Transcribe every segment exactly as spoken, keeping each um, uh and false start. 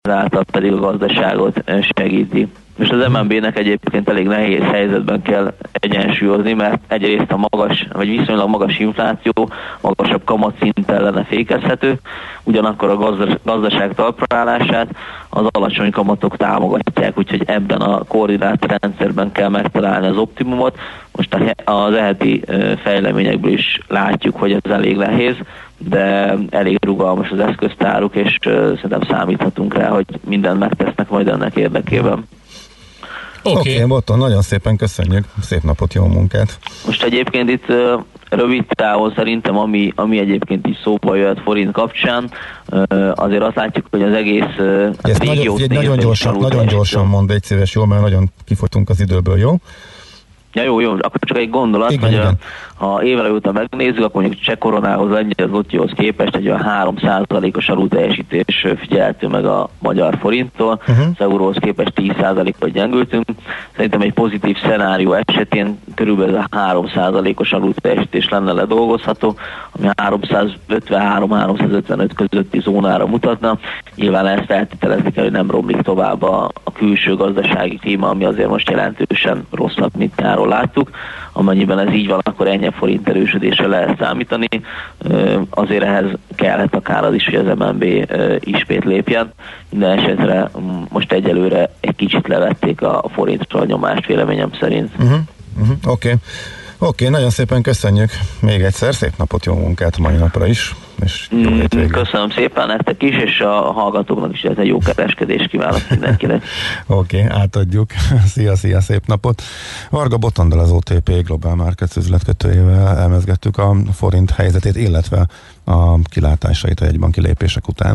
ezáltal pedig a gazdaságot segíti. Most az em en bé-nek egyébként elég nehéz helyzetben kell egyensúlyozni, mert egyrészt a magas, vagy viszonylag magas infláció magasabb kamatszinttel lenne fékezhető, ugyanakkor a gazdaság talpra állását az alacsony kamatok támogatják, úgyhogy ebben a koordinált rendszerben kell megtalálni az optimumot. Most az eheti fejleményekből is látjuk, hogy ez elég nehéz, de elég rugalmas az eszköztáruk, és szerintem számíthatunk rá, hogy mindent megtesznek majd ennek érdekében. Oké, okay. okay, Botton, nagyon szépen köszönjük, szép napot, jó munkát! Most egyébként itt uh, rövid távon szerintem, ami, ami egyébként is szóba jöhet forint kapcsán, uh, azért azt látjuk, hogy az egész uh, Ezt nagyon, nagyon gyorsan, nagyon gyorsan mondd, egy szíves, jó, mert nagyon kifogytunk az időből, jó? Ja, jó, jó, akkor csak egy gondolat, igen, hogy igen. A, ha évvel után megnézzük, akkor mondjuk cseh koronához, ennyi az zlotyhoz képest egy olyan három százalékos alulteljesítés figyelhető meg a magyar forinttól, uh-huh. az euróhoz képest tíz százalékot gyengültünk. Szerintem egy pozitív szenárió esetén körülbelül a három százalékos alulteljesítés lenne ledolgozható, ami háromszázötvenhárom háromszázötvenöt közötti zónára mutatna. Nyilván ezt feltételezni kell, hogy nem romlik tovább a, a külső gazdasági klíma, ami azért most jelentősen rosszabb, mint nyáron láttuk. Amennyiben ez így van, akkor ennyi forint erősödésre lehet számítani. Azért ehhez kellett akár az is, hogy az em en bé ismét lépjen. Minden esetre most egyelőre egy kicsit levették a forintról a nyomást véleményem szerint. Uh-huh, uh-huh, Oké. Okay. Oké, okay, nagyon szépen köszönjük még egyszer, szép napot, jó munkát mai napra is, és jó mm, köszönöm szépen nektek is, és a hallgatóknak is egy jó kereskedést kívánok mindenkinek. Oké, okay, átadjuk. Szia, szia, szép napot. Varga Bottondal, az o té pé Global Markets üzletkötőjével elemezgettük a forint helyzetét, illetve a kilátásait a jegybanki lépések után.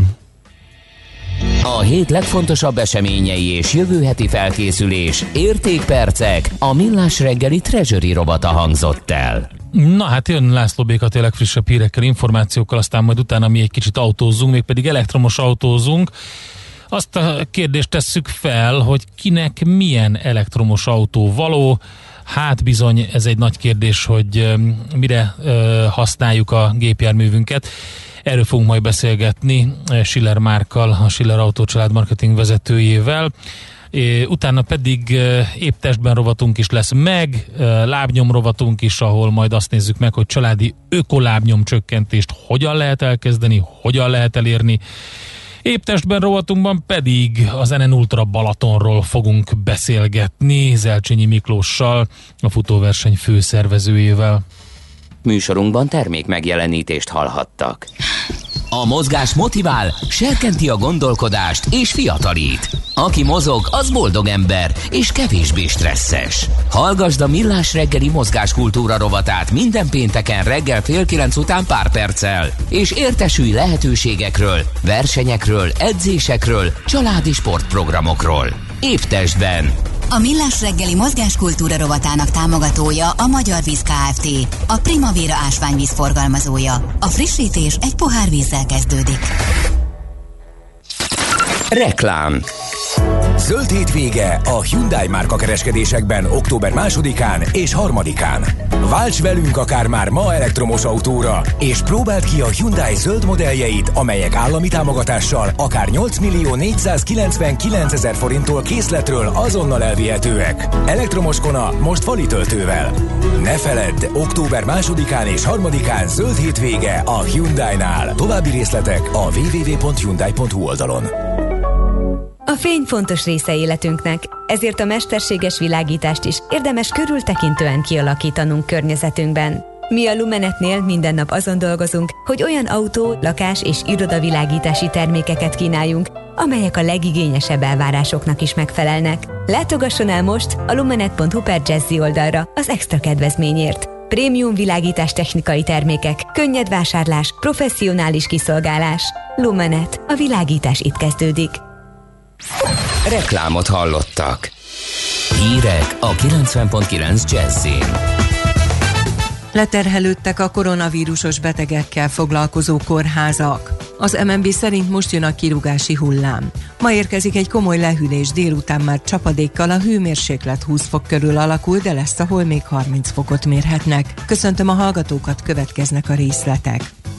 A hét legfontosabb eseményei és jövő heti felkészülés, értékpercek, a Millás reggeli Treasury rovata hangzott el. Na hát jön László Béka legfrissebb hírekkel, információkkal, aztán majd utána mi egy kicsit autózzunk, mégpedig elektromos autózunk. Azt a kérdést tesszük fel, hogy kinek milyen elektromos autó való. Hát bizony, ez egy nagy kérdés, hogy mire használjuk a gépjárművünket. Erről fogunk majd beszélgetni Schiller Márkkal, a Schiller Autócsalád marketing vezetőjével. Utána pedig épp testben rovatunk is lesz, meg lábnyom rovatunk is, ahol majd azt nézzük meg, hogy családi ökolábnyom csökkentést hogyan lehet elkezdeni, hogyan lehet elérni. Épp testben rovatunkban pedig az en en Ultra Balatonról fogunk beszélgetni Zelcsényi Miklóssal, a futóverseny főszervezőjével. Műsorunkban termék megjelenítést hallhattak. A mozgás motivál, serkenti a gondolkodást és fiatalít. Aki mozog, az boldog ember és kevésbé stresszes. Hallgasd a Millás reggeli mozgáskultúra rovatát minden pénteken reggel fél kilenc után pár perccel, és értesülj lehetőségekről, versenyekről, edzésekről, családi sportprogramokról. Épp testben. A Millás reggeli mozgáskultúra rovatának támogatója a Magyar Víz Kft. A Primavera ásványvíz forgalmazója. A frissítés egy pohár vízzel kezdődik. Reklám. Zöld hétvége a Hyundai márka kereskedésekben október másodikán és harmadikán. Válts velünk akár már ma elektromos autóra, és próbáld ki a Hyundai zöld modelljeit, amelyek állami támogatással akár nyolc millió négyszázkilencvenkilencezer forinttól készletről azonnal elvihetőek. Elektromos Kona most fali töltővel. Ne feledd, október másodikán és harmadikán zöld hétvége a Hyundai-nál. További részletek a double-u double-u double-u pont hyundai pont hu oldalon. A fény fontos része életünknek, ezért a mesterséges világítást is érdemes körültekintően kialakítanunk környezetünkben. Mi a Lumenetnél minden nap azon dolgozunk, hogy olyan autó, lakás és irodavilágítási termékeket kínáljunk, amelyek a legigényesebb elvárásoknak is megfelelnek. Látogasson el most a lumenet pont hu per jazzy oldalra az extra kedvezményért. Prémium világítás technikai termékek, könnyed vásárlás, professzionális kiszolgálás. Lumenet. A világítás itt kezdődik. Reklámot hallottak. Hírek a kilencven pont kilenc Jazzin. Leterhelődtek a koronavírusos betegekkel foglalkozó kórházak. Az em en bé szerint most jön a kirúgási hullám. Ma érkezik egy komoly lehűlés, délután már csapadékkal, a hőmérséklet húsz fok körül alakul, de lesz, ahol még harminc fokot mérhetnek. Köszöntöm a hallgatókat, következnek a részletek.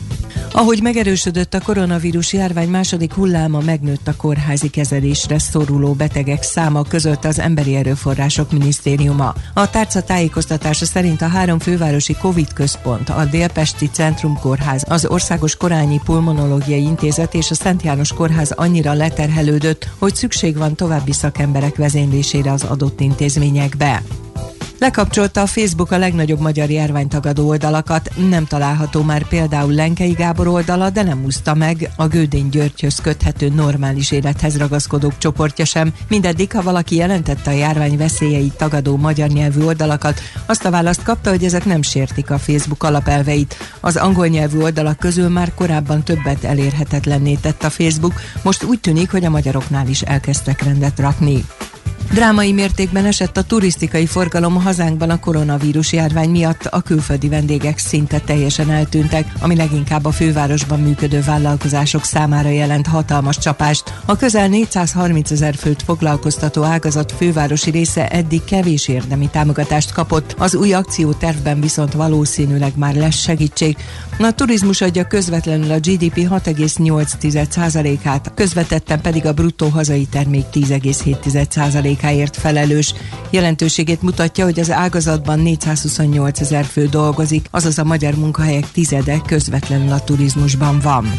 Ahogy megerősödött a koronavírus járvány második hulláma, megnőtt a kórházi kezelésre szoruló betegek száma, között az Emberi Erőforrások Minisztériuma. A tárca tájékoztatása szerint a három fővárosi Covid központ, a Délpesti Centrum Kórház, az Országos Korányi Pulmonológiai Intézet és a Szent János Kórház annyira leterhelődött, hogy szükség van további szakemberek vezénylésére az adott intézményekbe. Lekapcsolta a Facebook a legnagyobb magyar járványtagadó oldalakat, nem található már például Lenkei Gábor oldala, de nem úszta meg a Gődény Györgyhöz köthető normális élethez ragaszkodók csoportja sem. Mindeddig, ha valaki jelentette a járvány veszélyeit tagadó magyar nyelvű oldalakat, azt a választ kapta, hogy ezek nem sértik a Facebook alapelveit. Az angol nyelvű oldalak közül már korábban többet elérhetetlenné tett a Facebook, most úgy tűnik, hogy a magyaroknál is elkezdtek rendet rakni. Drámai mértékben esett a turisztikai forgalom a hazánkban a koronavírus járvány miatt, a külföldi vendégek szinte teljesen eltűntek, ami leginkább a fővárosban működő vállalkozások számára jelent hatalmas csapást. A közel négyszázharmincezer főt foglalkoztató ágazat fővárosi része eddig kevés érdemi támogatást kapott, az új akciótervben viszont valószínűleg már lesz segítség. A turizmus adja közvetlenül a gé dé pé hat egész nyolc százalékát, közvetetten pedig a bruttó hazai termék tíz egész hét százalékáért felelős. Jelentőségét mutatja, hogy az ágazatban négyszázhuszonnyolcezer fő dolgozik, azaz a magyar munkahelyek tizede közvetlenül a turizmusban van.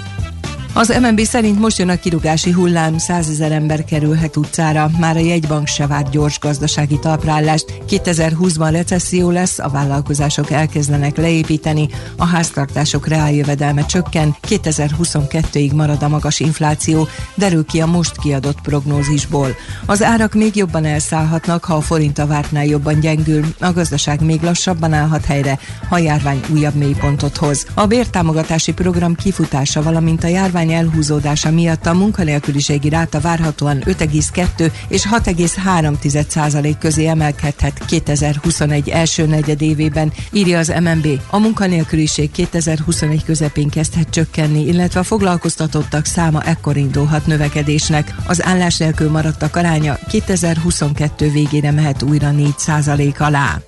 Az em en bé szerint most jön a kirúgási hullám, százezer ember kerülhet utcára, már a jegybank se vár gyors gazdasági talpraállást. kétezer-húszban recesszió lesz, a vállalkozások elkezdenek leépíteni, a háztartások reáljövedelme csökken, kétezer-huszonkettőig marad a magas infláció, derül ki a most kiadott prognózisból. Az árak még jobban elszállhatnak, ha a forint a vártnál jobban gyengül, a gazdaság még lassabban állhat helyre, ha a járvány újabb mélypontot hoz. A bértámogatási program kifutása, valamint a járvány elhúzódása miatt a munkanélküliségi ráta várhatóan öt egész kettő és hat egész három százalék közé emelkedhet kétezer-huszonegy első negyedévében, írja az em en bé. A munkanélküliség kétezer-huszonegy közepén kezdhet csökkenni, illetve a foglalkoztatottak száma ekkor indulhat növekedésnek. Az állás nélkül maradtak aránya kétezer-huszonkettő végére mehet újra négy százalék alá.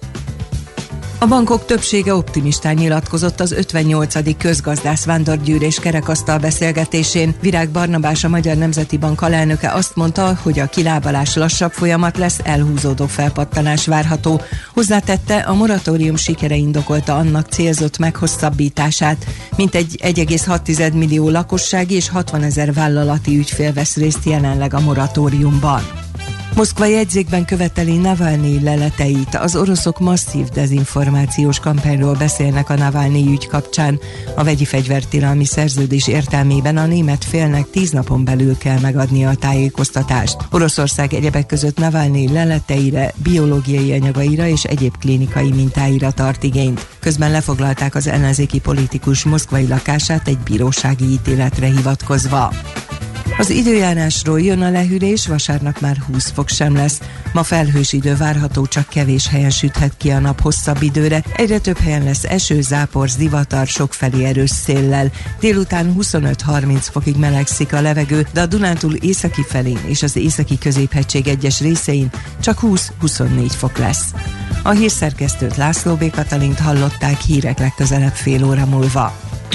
A bankok többsége optimistán nyilatkozott az ötvennyolcadik közgazdász vándorgyűlés kerekasztal beszélgetésén. Virág Barnabás, a Magyar Nemzeti Bank alelnöke azt mondta, hogy a kilábalás lassabb folyamat lesz, elhúzódó felpattanás várható. Hozzátette, a moratórium sikere indokolta annak célzott meghosszabbítását. Mintegy egy egész hat millió lakossági és hatvanezer vállalati ügyfél vesz részt jelenleg a moratóriumban. Moszkva jegyzékben követeli Navalnyi leleteit. Az oroszok masszív dezinformációs kampányról beszélnek a Navalnyi ügy kapcsán. A vegyi fegyvertilalmi szerződés értelmében a német félnek tíz napon belül kell megadnia a tájékoztatást. Oroszország egyebek között Navalnyi leleteire, biológiai anyagaira és egyéb klinikai mintáira tart igényt. Közben lefoglalták az ellenzéki politikus moszkvai lakását egy bírósági ítéletre hivatkozva. Az időjárásról: jön a lehűlés, vasárnap már húsz fok sem lesz. Ma felhős idő várható, csak kevés helyen süthet ki a nap hosszabb időre. Egyre több helyen lesz eső, zápor, zivatar, sokfelé erős széllel. Délután huszonöt-harminc fokig melegszik a levegő, de a Dunántúl északi felén és az északi középhegység egyes részein csak húsz-huszonnégy fok lesz. A hírszerkesztőt, László B. Katalint hallották, hírek legközelebb fél óra múlva.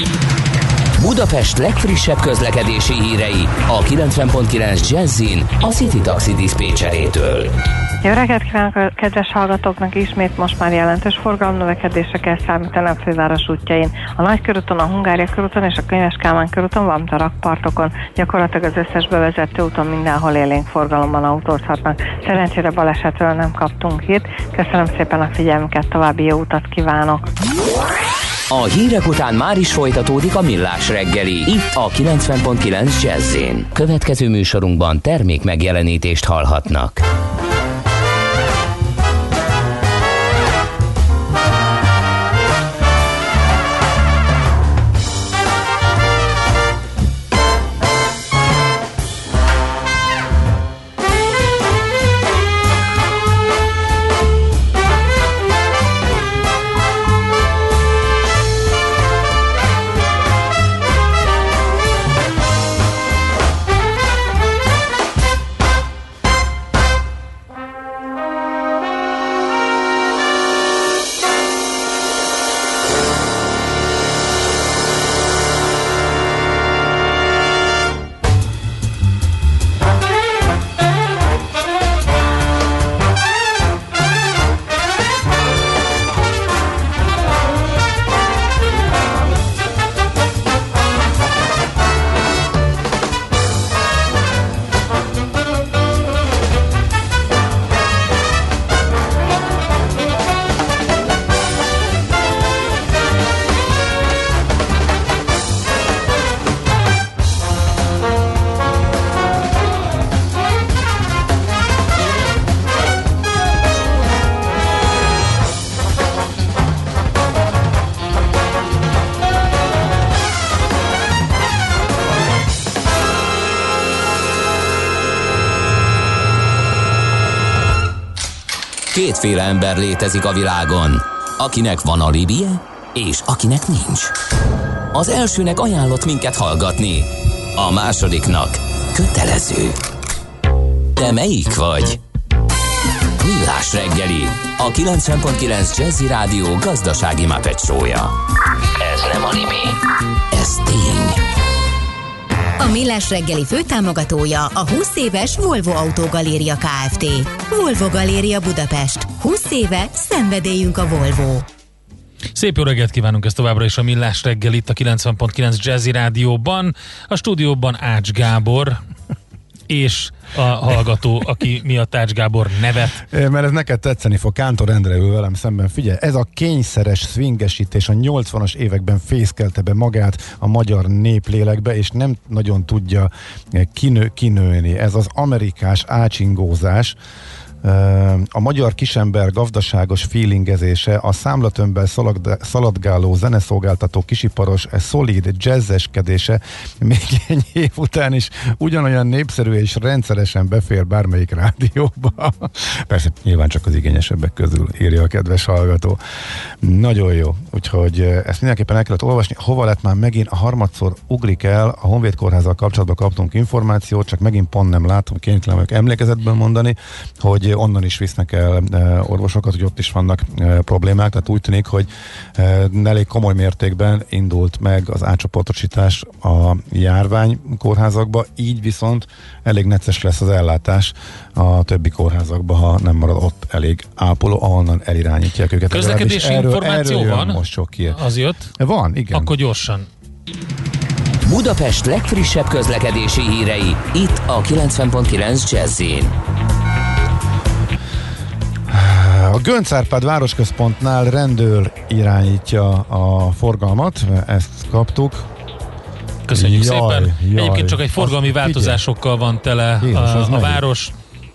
Budapest legfrissebb közlekedési hírei a kilencven pont kilenc Jazzin a City Taxi diszpécserétől. Jó reggelt kívánok kedves hallgatóknak! Ismét most már jelentős forgalomnövekedésre kell számítani a főváros útjain. A Nagykörúton, a Hungária körúton és a Könyves Kálmán körúton, valamint a rakpartokon. Gyakorlatilag az összes bevezető úton mindenhol élénk forgalomban autózhatnak. Szerencsére balesetről nem kaptunk hírt. Köszönöm szépen a figyelmüket, további jó utat kívánok! A hírek után már is folytatódik a Millás reggeli, itt a kilencven pont kilenc Jazz-én. Következő műsorunkban termék megjelenítést hallhatnak. Kétféle ember létezik a világon, akinek van alibije, és akinek nincs. Az elsőnek ajánlott minket hallgatni, a másodiknak kötelező. Te melyik vagy? Millás reggeli, a kilencven pont kilenc Jazzy Rádió gazdasági Muppet show-ja. Ez nem anime, ez tény. A Millás reggeli főtámogatója a húsz éves Volvo Autógaléria Kft. Volvo Galéria Budapest. húsz éve szenvedélyünk a Volvo. Szép jó reggelt kívánunk, ezt továbbra is a Millás reggel itt a kilencven pont kilenc Jazzy Rádióban. A stúdióban Ács Gábor és a hallgató, aki miatt Ács Gábor nevet. Mert ez neked tetszeni fog, Kántor Endre ül velem szemben. Figyelj, ez a kényszeres swingesítés a nyolcvanas években fészkelte be magát a magyar néplélekbe, és nem nagyon tudja kinő, kinőni. Ez az amerikás ácsingózás, a magyar kisember gazdaságos feelingezése, a számlatömbben szaladgáló zeneszolgáltató kisiparos, szolid jazzeskedése még egy év után is ugyanolyan népszerű és rendszeresen befér bármelyik rádióba. Persze nyilván csak az igényesebbek közül, írja a kedves hallgató. Nagyon jó, úgyhogy ezt mindenképpen el kellett olvasni. Hova lett már megint? A harmadszor ugrik el, a Honvéd Kórházzal kapcsolatban kaptunk információt, csak megint pont nem látom, kénytelen vagyok emlékezetből mondani, hogy onnan is visznek el e, orvosokat, hogy ott is vannak e, problémák, tehát úgy tűnik, hogy e, elég komoly mértékben indult meg az átcsoportosítás a járvány kórházakba, így viszont elég necces lesz az ellátás a többi kórházakba, ha nem marad ott elég ápoló, ahonnan elirányítják őket. Közlekedési erről, információ erről van? Most sok ki. Az jött? Van, igen. Akkor gyorsan. Budapest legfrissebb közlekedési hírei, itt a kilencven pont kilenc Jazzyn. A Göncz Árpád városközpontnál rendőr irányítja a forgalmat, ezt kaptuk. Köszönjük jaj, szépen. Jaj. Egyébként csak egy forgalmi az, változásokkal van tele Jézus, a, a város.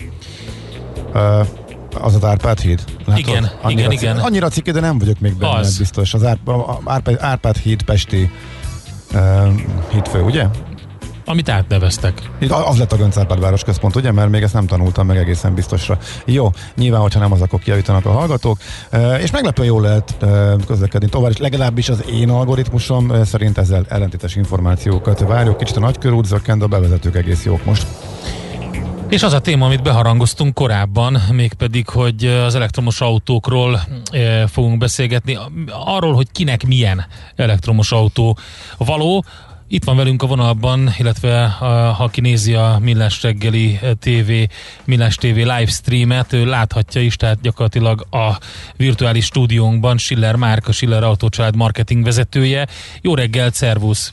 Uh, az az Árpád híd? Látod? Igen, annyira igen, cik, igen. Annyira cikke, de nem vagyok még benne, az. Biztos. Az Árpád, Árpád híd pesti uh, hídfő, ugye? Amit átneveztek. Az lett a Göncz Árpád városközpont, ugye? Mert még ezt nem tanultam meg egészen biztosra. Jó, nyilván, hogyha nem az, akkor kijavítanak a hallgatók. E, és meglepően jól lehet e, közlekedni tovább, és legalábbis az én algoritmusom e, szerint ezzel ellentétes információkat várjuk. Kicsit a nagykörút zökkent, a bevezetők egész jók most. És az a téma, amit beharangoztunk korábban, mégpedig, hogy az elektromos autókról e, fogunk beszélgetni. Arról, hogy kinek milyen elektromos autó való. Itt van velünk a vonalban, illetve a, ha ki nézi a Millás reggeli té vé, Millás té vé livestreamet, ő láthatja is, tehát gyakorlatilag a virtuális stúdiónkban Schiller Márk, a Schiller Autócsalád marketing vezetője. Jó reggelt, szervusz!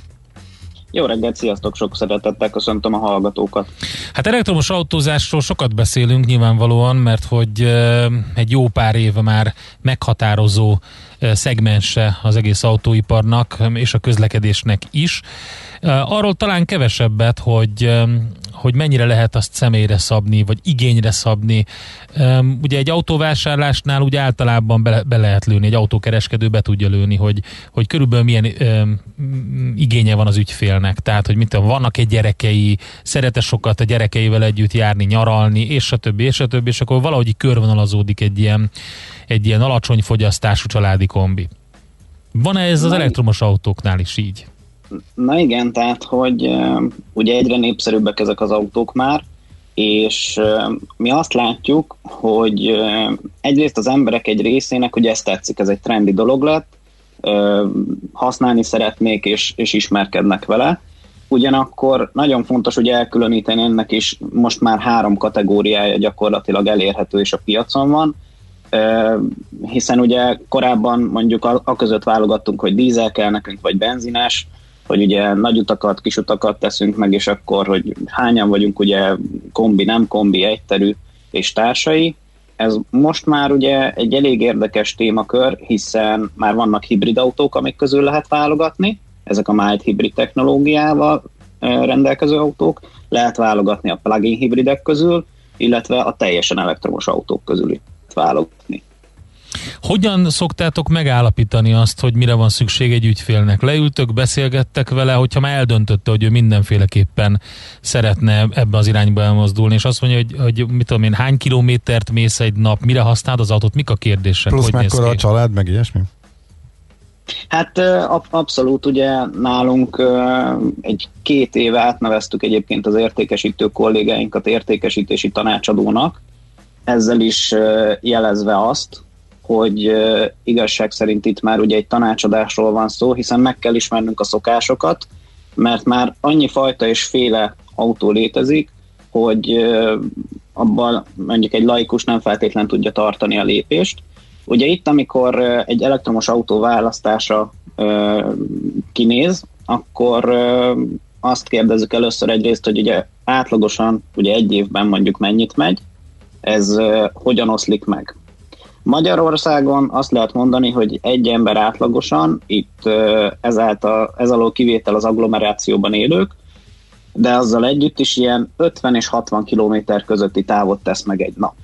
Jó reggelt, sziasztok, sok szeretettel köszöntöm a hallgatókat. Hát elektromos autózásról sokat beszélünk nyilvánvalóan, mert hogy egy jó pár éve már meghatározó szegmense az egész autóiparnak és a közlekedésnek is. Arról talán kevesebbet, hogy, hogy mennyire lehet azt személyre szabni, vagy igényre szabni. Ugye egy autóvásárlásnál ugye általában be, be lehet lőni, egy autókereskedő be tudja lőni, hogy, hogy körülbelül milyen um, igénye van az ügyfélnek. Tehát, hogy mit tudom, vannak egy gyerekei, szeret sokat a gyerekeivel együtt járni, nyaralni, és a többi, és a többi, és akkor valahogy körvonalazódik egy ilyen, egy ilyen alacsony fogyasztású családi kombi. Van-e ez az elektromos autóknál is így? Na igen, tehát, hogy uh, ugye egyre népszerűbbek ezek az autók már, és uh, mi azt látjuk, hogy uh, egyrészt az emberek egy részének ugye ezt tetszik, ez egy trendi dolog lett, uh, használni szeretnék és, és ismerkednek vele. Ugyanakkor nagyon fontos ugye elkülöníteni ennek is, most már három kategóriája gyakorlatilag elérhető és a piacon van, uh, hiszen ugye korábban mondjuk a, a között válogattunk, hogy dízel kell nekünk, vagy benzines, hogy ugye nagy utakat, kis utakat teszünk meg, és akkor, hogy hányan vagyunk ugye kombi, nem kombi, egyterű és társai. Ez most már ugye egy elég érdekes témakör, hiszen már vannak hibrid autók, amik közül lehet válogatni, ezek a mild hibrid technológiával rendelkező autók, lehet válogatni a plug-in hibridek közül, illetve a teljesen elektromos autók közül válogatni. Hogyan szoktátok megállapítani azt, hogy mire van szükség egy ügyfélnek? Leültök, beszélgettek vele, hogyha már eldöntötte, hogy ő mindenféleképpen szeretne ebbe az irányba elmozdulni, és azt mondja, hogy, hogy mit tudom én, hány kilométert mész egy nap, mire használod az autót, mik a kérdések? Plusz mekkora a család, meg ilyesmi? Hát abszolút, ugye nálunk egy két éve átneveztük egyébként az értékesítő kollégáinkat értékesítési tanácsadónak, ezzel is jelezve azt, hogy igazság szerint itt már ugye egy tanácsadásról van szó, hiszen meg kell ismernünk a szokásokat, mert már annyi fajta és féle autó létezik, hogy abban mondjuk egy laikus nem feltétlen tudja tartani a lépést. Ugye itt, amikor egy elektromos autó választása kinéz, akkor azt kérdezzük először egyrészt, hogy ugye átlagosan ugye egy évben mondjuk mennyit megy, ez hogyan oszlik meg. Magyarországon azt lehet mondani, hogy egy ember átlagosan, itt ezáltal, ez alól kivétel az agglomerációban élők, de azzal együtt is ilyen ötven és hatvan kilométer közötti távot tesz meg egy nap.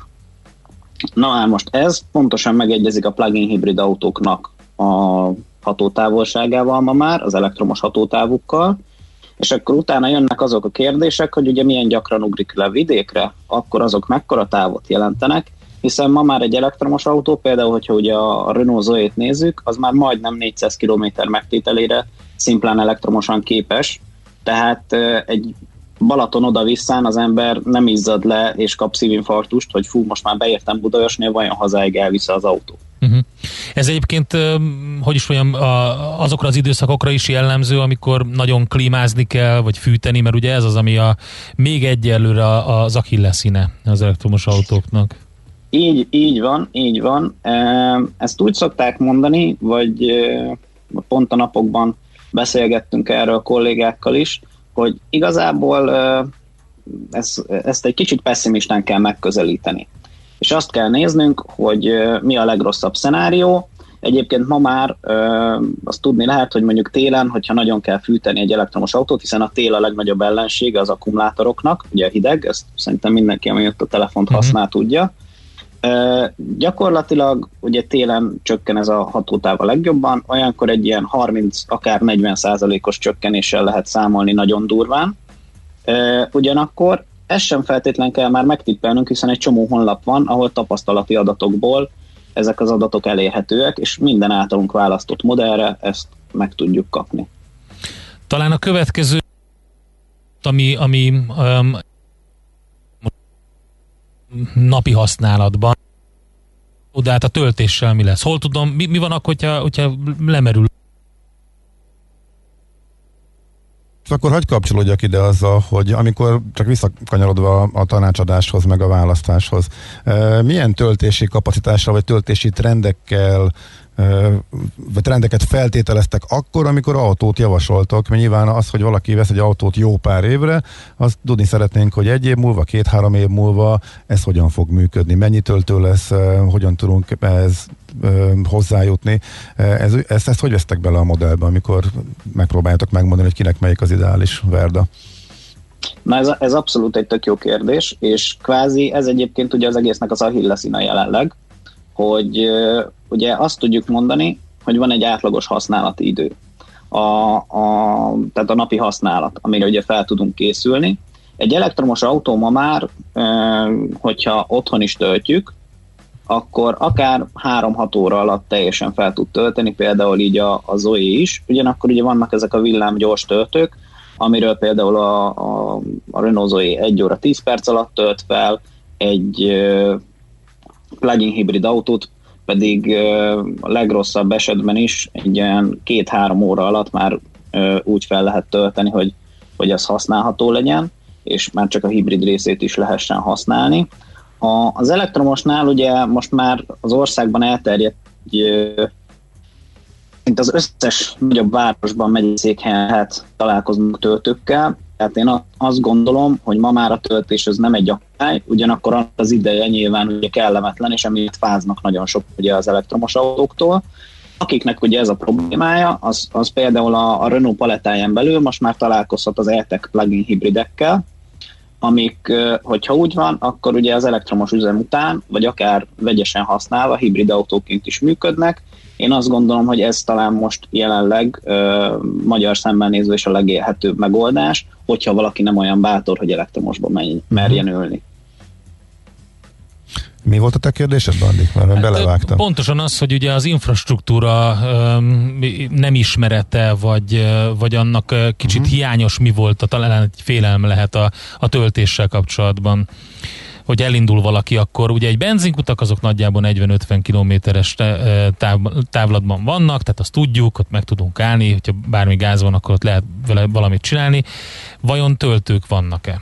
Na már most ez pontosan megegyezik a plug-in hibrid autóknak a hatótávolságával ma már, az elektromos hatótávukkal, és akkor utána jönnek azok a kérdések, hogy ugye milyen gyakran ugrik le vidékre, akkor azok mekkora távot jelentenek, hiszen ma már egy elektromos autó, például, hogyha ugye a Renault Zoe-t nézzük, az már majdnem négyszáz kilométer megtételére szimplán elektromosan képes, tehát egy Balaton oda-visszán az ember nem izzad le és kap szívinfarktust, hogy fú, most már beértem Budaörsnél, vajon hazáig elvisze az autó. Uh-huh. Ez egyébként, hogy is mondjam, azokra az időszakokra is jellemző, amikor nagyon klímázni kell, vagy fűteni, mert ugye ez az, ami a, még egyelőre az achilleszíne az elektromos autóknak. Így, így van, így van. Ezt úgy szokták mondani, vagy pont a napokban beszélgettünk erről a kollégákkal is, hogy igazából ezt, ezt egy kicsit pessimistán kell megközelíteni. És azt kell néznünk, hogy mi a legrosszabb szenárió. Egyébként ma már azt tudni lehet, hogy mondjuk télen, hogyha nagyon kell fűteni egy elektromos autót, hiszen a tél a legnagyobb ellensége az akkumulátoroknak, ugye a hideg, ezt szerintem mindenki, ami ott a telefont használ, tudja. Uh, gyakorlatilag ugye télen csökken ez a hatótáv a legjobban, olyankor egy ilyen harminc, akár negyven százalékos csökkenéssel lehet számolni nagyon durván. Uh, ugyanakkor ezt sem feltétlen kell már megtippelnünk, hiszen egy csomó honlap van, ahol tapasztalati adatokból ezek az adatok elérhetőek, és minden általunk választott modellre ezt meg tudjuk kapni. Talán a következő, ami, ami um, napi használatban, de hát a töltéssel mi lesz? Hol tudom, mi, mi van akkor, hogyha, hogyha lemerül? Akkor hagyj kapcsolódjak ide azzal, hogy amikor csak visszakanyarodva a tanácsadáshoz, meg a választáshoz, milyen töltési kapacitásra, vagy töltési trendekkel, vagy trendeket feltételeztek akkor, amikor autót javasoltok, mert nyilván az, hogy valaki vesz egy autót jó pár évre, azt tudni szeretnénk, hogy egy év múlva, két-három év múlva ez hogyan fog működni, mennyi töltő lesz, hogyan tudunk ez hozzájutni. Ez, ezt, ezt hogy vesztek bele a modellbe, amikor megpróbáljátok megmondani, hogy kinek melyik az ideális Verda? Na ez, ez abszolút egy tök jó kérdés, és kvázi ez egyébként ugye az egésznek az achilleszína jelenleg, hogy uh, ugye azt tudjuk mondani, hogy van egy átlagos használati idő. A, a, tehát a napi használat, amire ugye fel tudunk készülni. Egy elektromos autó ma már, uh, hogyha otthon is töltjük, akkor akár három-hat óra alatt teljesen fel tud tölteni, például így a, a Zoe is. Ugyanakkor ugye vannak ezek a villámgyors töltők, amiről például a, a, a Renault Zoe egy óra tíz perc alatt tölt fel, egy uh, plug-in hibrid autót pedig uh, a legrosszabb esetben is egy olyan két-három óra alatt már uh, úgy fel lehet tölteni, hogy, hogy az használható legyen, és már csak a hibrid részét is lehessen használni. A, az elektromosnál ugye most már az országban elterjedt, uh, mint az összes nagyobb városban, megyeszékhelyen lehet találkoznunk töltőkkel. Tehát én azt gondolom, hogy ma már a töltés az nem egy akadály, ugyanakkor az ideje nyilván ugye kellemetlen, és emiatt fáznak nagyon sok ugye az elektromos autóktól. Akiknek ugye ez a problémája, az, az például a, a Renault palettáján belül most már találkozhat az E-Tech plug-in hibridekkel, amik, hogyha úgy van, akkor ugye az elektromos üzem után, vagy akár vegyesen használva, hibrid autóként is működnek. Én azt gondolom, hogy ez talán most jelenleg ö, magyar szemmel nézve is a legélhetőbb megoldás, hogyha valaki nem olyan bátor, hogy elektromosba menj, merjen ülni. Mi volt a te kérdésed, Bandi? Mert hát, belevágtam. Pontosan az, hogy ugye az infrastruktúra um, nem ismerete, vagy, vagy annak kicsit uh-huh. hiányos mi volt, a, talán egy félelem lehet a, a töltéssel kapcsolatban. Hogy elindul valaki, akkor ugye egy benzinkutak azok nagyjából negyven-ötven kilométeres táv, távlatban vannak, tehát azt tudjuk, ott meg tudunk állni, hogyha bármi gáz van, akkor ott lehet vele valamit csinálni. Vajon töltők vannak-e?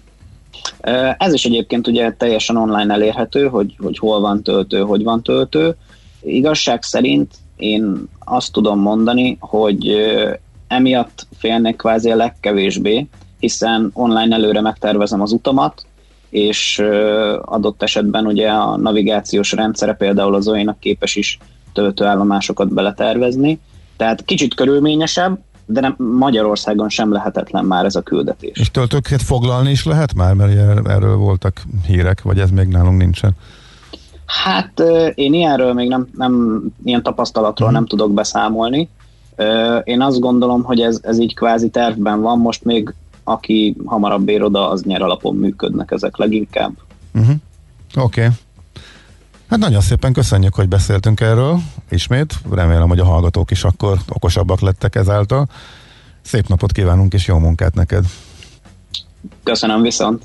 Ez is egyébként ugye teljesen online elérhető, hogy, hogy hol van töltő, hogy van töltő. Igazság szerint én azt tudom mondani, hogy emiatt félnek kvázi a legkevésbé, hiszen online előre megtervezem az utamat, és adott esetben ugye a navigációs rendszere például az olyanak képes is töltőállomásokat beletervezni. Tehát kicsit körülményesebb, de nem, Magyarországon sem lehetetlen már ez a küldetés. És töltőket foglalni is lehet már, mert erről voltak hírek, vagy ez még nálunk nincsen? Hát én ilyenről még nem, nem ilyen tapasztalatról hmm. nem tudok beszámolni. Én azt gondolom, hogy ez, ez így kvázi tervben van, most még aki hamarabb ér oda, az nyer alapon működnek ezek leginkább. Uh-huh. Oké. Okay. Hát nagyon szépen köszönjük, hogy beszéltünk erről ismét. Remélem, hogy a hallgatók is akkor okosabbak lettek ezáltal. Szép napot kívánunk, és jó munkát neked. Köszönöm, viszont.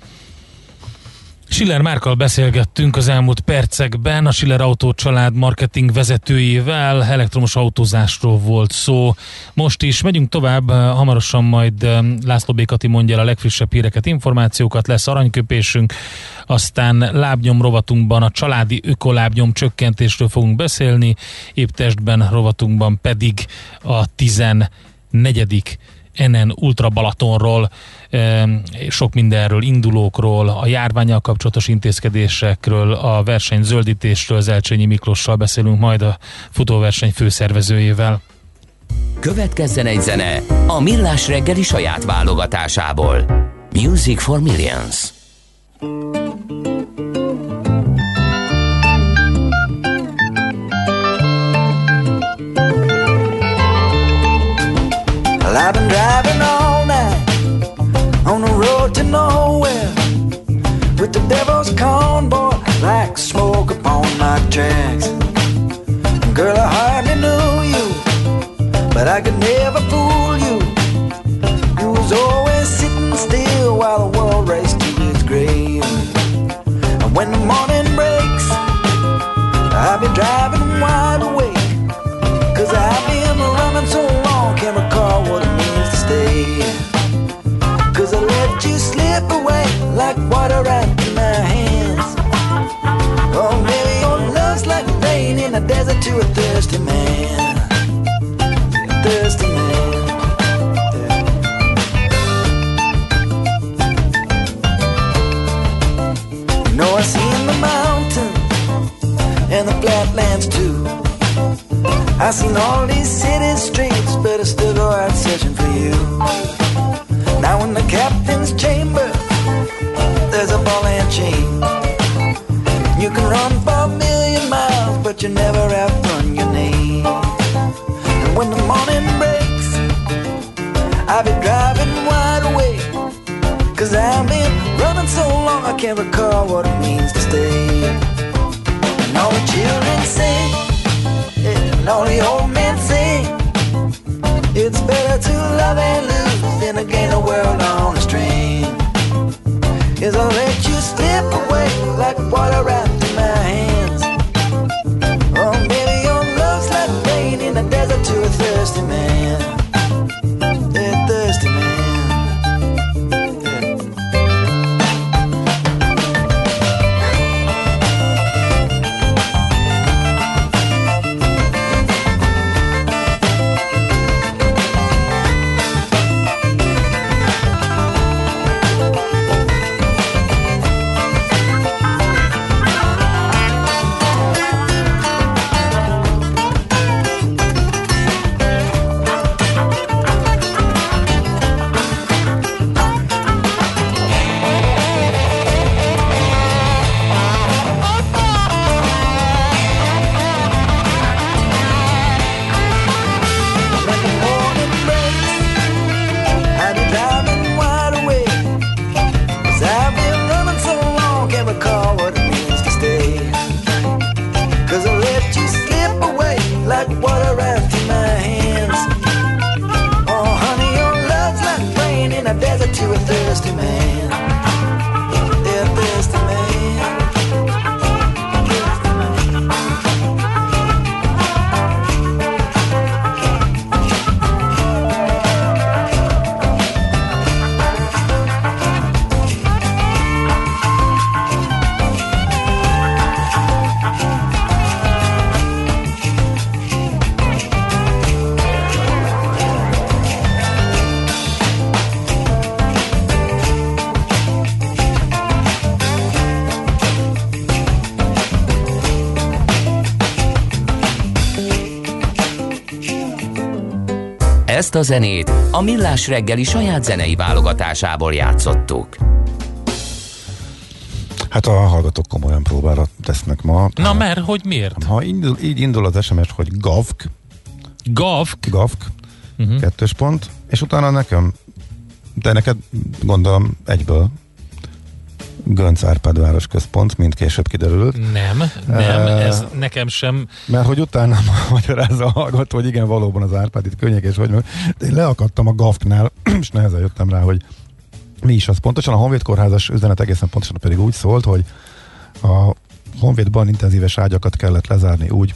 Schiller Márkkal beszélgettünk az elmúlt percekben, a Schiller Autó család marketing vezetőjével, elektromos autózásról volt szó. Most is megyünk tovább, hamarosan majd László B. Kati mondja el a legfrissebb híreket, információkat, lesz aranyköpésünk, aztán lábnyom rovatunkban a családi ökolábnyom csökkentésről fogunk beszélni, épp testben rovatunkban pedig a tizennegyedik en en Ultra Balatonról, sok mindenről, indulókról, a járvánnyal kapcsolatos intézkedésekről, a verseny zöldítésről, Zelcsényi Miklossal beszélünk majd a futóverseny főszervezőjével. Következzen egy zene a Millás reggeli saját válogatásából. Music for Millions. I've been driving all night on the road to nowhere with the devil's cornball like smoke upon my tracks. Girl, I hardly knew you, but I could never fool you. You was always sitting still while the world raced to its grave. And when the morning breaks, I'll be driving wide awake, 'cause I've been running so long, can't recall what it means to stay. 'Cause I let you slip away like water right in my hands. Oh, maybe your love's like rain in a desert to a thirsty man. A thirsty man. Yeah. You know, I've seen the mountains and the flatlands too. I've seen all these city streets, but I still go out searching for you. Now in the captain's chamber, there's a ball and chain. You can run for a million miles, but you never outrun your name. And when the morning breaks, I'll be driving wide awake, 'cause I've been running so long I can't recall what it means to stay. And all the children sing, and all the old men sing, it's better to love and lose than to gain the world on a string. Is I'll let you slip away like water right through my hands. Oh, baby, your love's like rain in the desert to a thirsty man. A thirsty man. Ezt a zenét a Millás reggeli saját zenei válogatásából játszottuk. Hát a hallgatók komolyan próbára tesznek ma. Na mert, hogy miért? Ha indul, így indul az es em es, hogy gavk. Gavk? Gavk. Uh-huh. Kettős pont. És utána nekem, de neked gondolom egyből Gönc Árpád városközpont, mint később kiderült. Nem, nem, uh, ez nekem sem. Mert hogy utána magyarázza a hallgató, hogy igen, valóban az Árpád itt könnyek, és hogy de én leakadtam a gavknál, és nehezen jöttem rá, hogy mi is az pontosan. A Honvéd kórházas üzenet egészen pontosan pedig úgy szólt, hogy a Honvédban intenzíves ágyakat kellett lezárni, úgy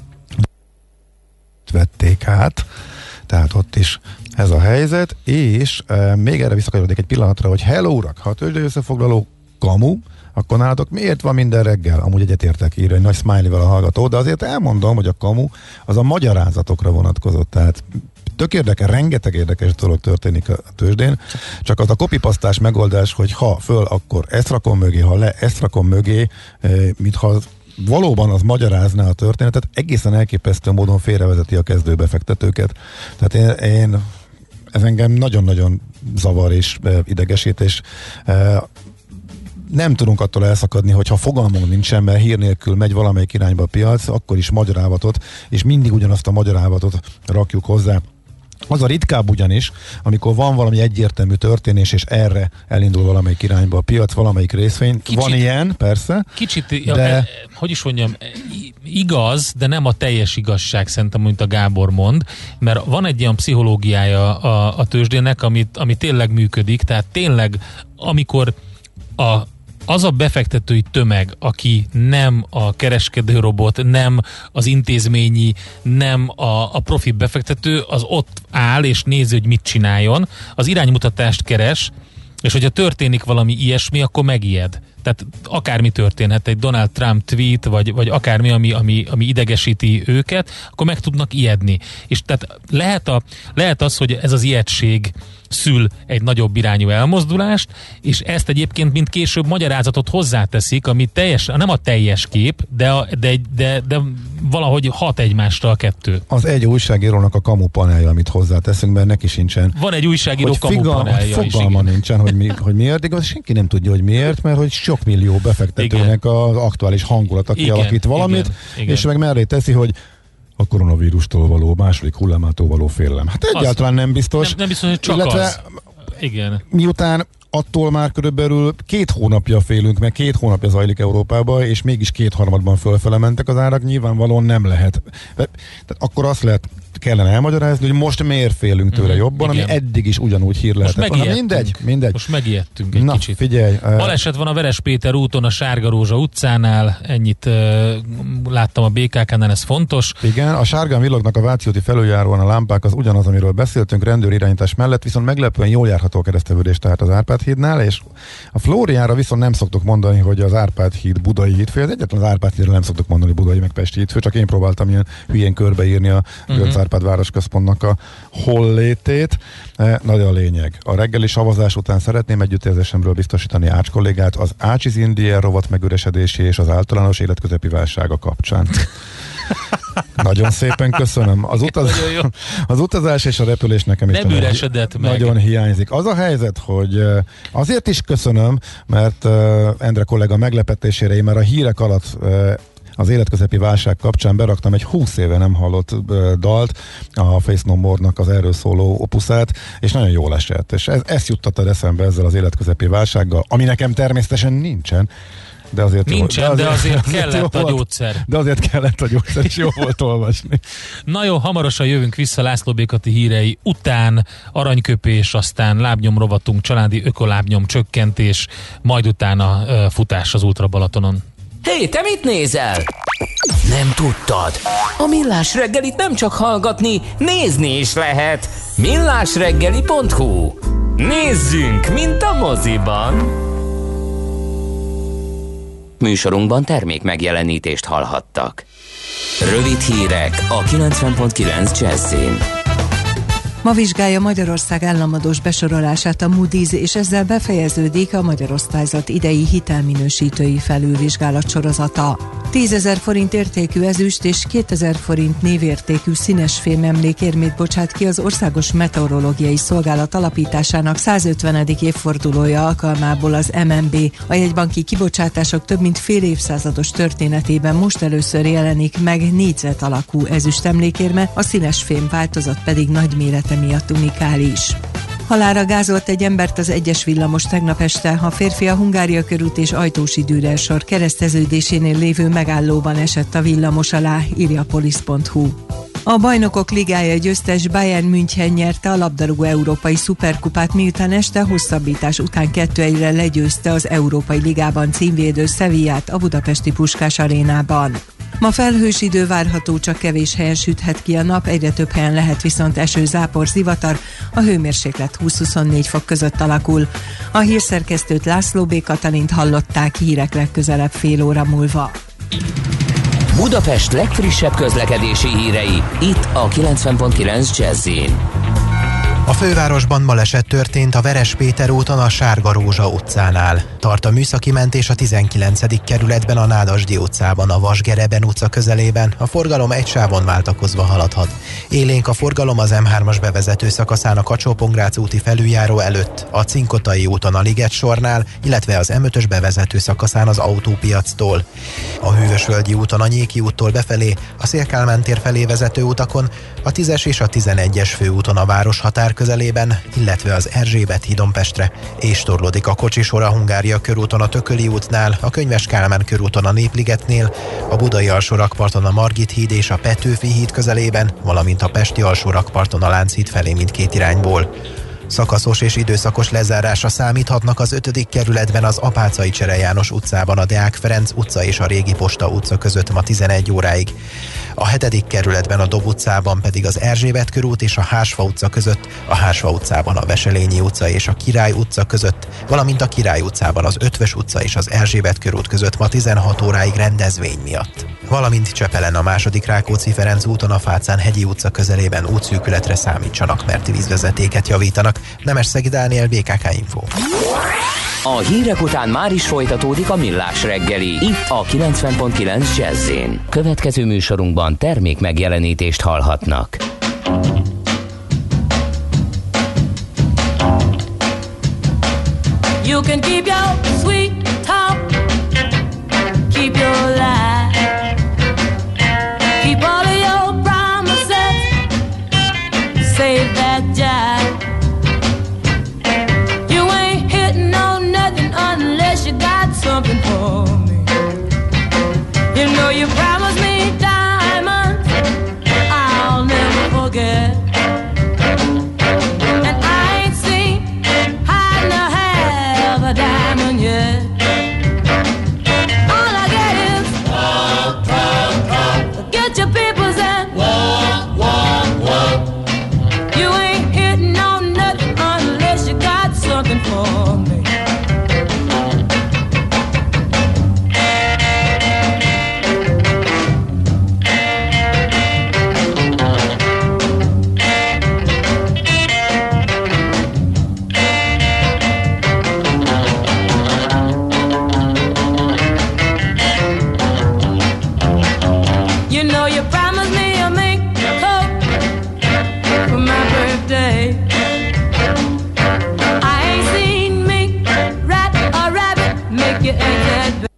vették át, tehát ott is ez a helyzet, és e, még erre visszakanyarodik egy pillanatra, hogy hello urak, ha a tőzsdei összefoglaló kamu, akkor nálatok miért van minden reggel? Amúgy egyetértek, írja egy nagy smiley-vel a hallgató, de azért elmondom, hogy a kamu az a magyarázatokra vonatkozott, tehát tök érdekel, rengeteg érdekes dolog történik a tőzsdén, csak az a kopipasztás megoldás, hogy ha föl, akkor ezt rakom mögé, ha le, ezt rakom mögé, mintha valóban az magyarázná a történetet, egészen elképesztő módon félrevezeti a kezdőbefektetőket. Tehát én, én ez engem nagyon-nagyon zavar és idegesít, és nem tudunk attól elszakadni, hogyha fogalmunk nincsen, mert hír nélkül megy valamelyik irányba a piac, akkor is magyarávatot, és mindig ugyanazt a magyarávatot rakjuk hozzá. Az a ritkább ugyanis, amikor van valami egyértelmű történés, és erre elindul valamelyik irányba a piac, valamelyik részvény. Kicsit, van ilyen, persze. Kicsit, de... hogy is mondjam, igaz, de nem a teljes igazság szerintem, mint a Gábor mond, mert van egy ilyen pszichológiája a, a tőzsdének, amit, ami tényleg működik, tehát tényleg, amikor a az a befektetői tömeg, aki nem a kereskedő robot, nem az intézményi, nem a, a profi befektető, az ott áll és nézi, hogy mit csináljon, az iránymutatást keres, és hogyha történik valami ilyesmi, akkor megijed. Tehát akármi történhet, egy Donald Trump tweet, vagy, vagy akármi, ami, ami, ami idegesíti őket, akkor meg tudnak ijedni. És tehát lehet, a, lehet az, hogy ez az ijegység szül egy nagyobb irányú elmozdulást, és ezt egyébként mint később magyarázatot hozzáteszik, ami teljes, nem a teljes kép, de, a, de, de, de valahogy hat egymásra a kettő. Az egy újságírónak a kamu panelja, amit hozzáteszünk, mert neki sincsen. Van egy újságíró kamu panelja is. Fogalma nincsen, hogy, mi, hogy miért, igaz, senki nem tudja, hogy miért, mert hogy sok millió befektetőnek igen. Az aktuális hangulata kialakít valamit, igen, igen. És meg mellé teszi, hogy a koronavírustól való, második hullámától való félelem. Hát egyáltalán nem biztos. Nem, nem biztos, hogy csak illetve, az. Igen. Miután attól már körülbelül két hónapja félünk, meg két hónapja zajlik Európába, és mégis kétharmadban fölfele mentek az árak, nyilvánvalóan nem lehet. Tehát akkor azt lehet kellene elmagyarázni, hogy most miért félünk tőle mm, jobban, igen. Ami eddig is ugyanúgy hír lehetett. Most mindegy, mindegy. Most megijedtünk egy Na, kicsit. Figyelj. Baleset van a Veres Péter úton, a Sárga Rózsa utcánál, ennyit uh, láttam a bé ká ká-nál, ez fontos. Igen, a sárgán villognak a Váci úti felüljáróan a lámpák, az ugyanaz, amiről beszéltünk, rendőrirányítás mellett, viszont meglepően jól járható a kereszteződés, tehát az Árpád hídnál, és a Flóriánra viszont nem szoktuk mondani, hogy az Árpád híd budai hídfő, az egyetlen az Árpád hídra nem szoktuk mondani budai meg pesti hídfő, csak én próbáltam ilyen hülyén körbeírni a uh-huh. Gönc Árpád városközpontnak a hollétét. E, nagy a lényeg. A reggeli szavazás után szeretném együttérzésemről biztosítani Ács kollégát az Ács is Indian rovat megüresedési és az általános életközepi válsága kapcsán. Nagyon szépen köszönöm. Az, utaz... az utazás és a repülés nekem is nem üresedett meg. Nagyon hiányzik. Az a helyzet, hogy azért is köszönöm, mert Endre kollega meglepetésére én már a hírek alatt az életközepi válság kapcsán beraktam egy húsz éve nem hallott uh, dalt, a Face No More-nak az erről szóló opuszát, és nagyon jól esett. És ez, ezt juttattad eszembe ezzel az életközepi válsággal, ami nekem természetesen nincsen, de azért nincsen, jó, de azért, de azért, azért kellett a gyógyszer. De azért kellett a gyógyszer, és jó volt olvasni. Na jó, hamarosan jövünk vissza László Békati hírei után, aranyköpés, aztán lábnyomrovatunk, családi ökolábnyom csökkentés, majd utána uh, futás az Ultra Balatonon. Hé, hey, te mit nézel? Nem tudtad? A Millás reggelit nem csak hallgatni, nézni is lehet. millásreggeli pont hu. Nézzünk, mint a moziban! Műsorunkban termék megjelenítést hallhattak. Rövid hírek a kilencven pont kilenc Jazzin. Ma vizsgálja Magyarország államadós besorolását a Moody's, és ezzel befejeződik a magyar osztályzat idei hitelminősítői felülvizsgálat sorozata. tízezer forint értékű ezüst és kétezer forint névértékű színesfém emlékérmét bocsát ki az Országos Meteorológiai Szolgálat alapításának százötvenedik évfordulója alkalmából az em en bé. A jegybanki kibocsátások több mint fél évszázados történetében most először jelenik meg négyzet alakú ezüst emlékérme, a színesfém változat pedig nagy mérete miatt unikális. Halálra gázolt egy embert az egyes villamos tegnap este. A férfi a Hungária körút és Ajtósi Dürer sor kereszteződésénél lévő megállóban esett a villamos alá, írja polisz pont hu. A Bajnokok Ligája győztes Bayern München nyerte a labdarúgó európai szuperkupát, miután este hosszabbítás után kettő egyre legyőzte az Európai Ligában címvédő Sevillát a budapesti Puskás arénában. Ma felhős idő várható, csak kevés helyen süthet ki a nap, egyre több helyen lehet viszont eső, zápor, zivatar, a hőmérséklet húsz-huszonnégy fok között alakul. A hírszerkesztőt, László B. Katalint hallották, hírek legközelebb fél óra múlva. Budapest legfrissebb közlekedési hírei, itt a kilencven pont kilenc Jazz-in. A fővárosban baleset történt a Veres Péter úton a Sárga Rózsa utcánál. Tart a műszaki mentés a tizenkilencedik kerületben a Nádasdy utcában, a Vasgereben utca közelében. A forgalom egy sávon váltakozva haladhat. Élénk a forgalom az em hármas bevezető szakaszán a Kacsó-Pongrác úti felüljáró előtt, a Cinkotai úton a Liget sornál, illetve az em ötös bevezető szakaszán az Autópiactól. A Hűvösvölgyi úton a Nyéki úttól befelé, a Széll-Kálmán tér felé vezető utakon, a tízes és a tizenegyes főúton a városhatár közelében, illetve az Erzsébet hídon Pestre, és torlódik a kocsisor a Hungária körúton a Tököli útnál, a Könyves Kálmán körúton a Népligetnél, a Budai alsórakparton a Margit híd és a Petőfi híd közelében, valamint a Pesti alsórakparton a Lánchíd felé mindkét irányból. Szakaszos és időszakos lezárásra számíthatnak az ötödik kerületben az Apáczai Csere János utcában a Deák Ferenc utca és a Régi Posta utca között ma tizenegy óráig. A hetedik kerületben a Dob utcában pedig az Erzsébet körút és a Hársfa utca között, a Hársfa utcában a Veselényi utca és a Király utca között, valamint a Király utcában az Ötvös utca és az Erzsébet körút között ma tizenhat óráig rendezvény miatt. Valamint Csepelen a második Rákóczi-Ferenc úton a Fácán-hegyi utca közelében útszűkületre számítsanak, mert vízvezetéket javítanak. Nemesszegi Dániel, bé ká ká Info. A hírek után már is folytatódik a Millás reggeli, itt a kilencven pont kilenc Jazz-in. Következő műsorunkban termék megjelenítést hallhatnak. You can keep your sweet talk, keep your lie, keep all of your promises, save that jive. You ain't hitting on nothing unless you got something for me. You know you promised me diamonds, I'll never forget. And I ain't seen hide nor have a diamond yet. All I get is walk, walk, walk. Get your papers and walk, walk, walk. You ain't hitting on nothing unless you got something for me. You know you promised me a mink coat for my birthday. I ain't seen mink, rat or rabbit make you egg that big.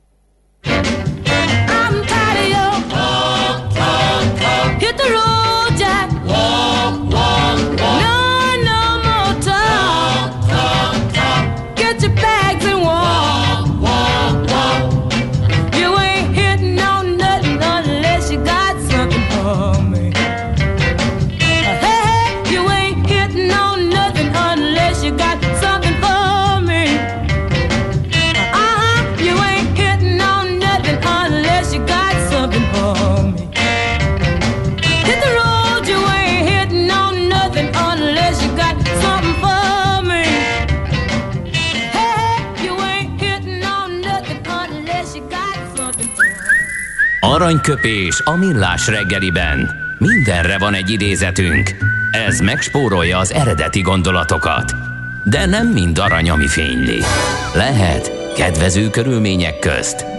I'm tired of your walk, walk, walk. Hit the road, Jack. Walk, walk, walk. No, no more talk. Walk, walk, walk. Get your bags and walk, walk, walk. You ain't hitting on nothing unless you got something for me. Hey, hey, you ain't hitting on nothing unless you got something for me. Uh-huh, you ain't hitting on nothing unless you got something for me. Hit the road, you ain't hitting on nothing unless you got something for me. Hey, hey, you ain't hitting on nothing unless you got something for me. Aranyköpés a Millás reggeliben. Mindenre van egy idézetünk. Ez megspórolja az eredeti gondolatokat. De nem mind arany, ami fényli. Lehet kedvező körülmények közt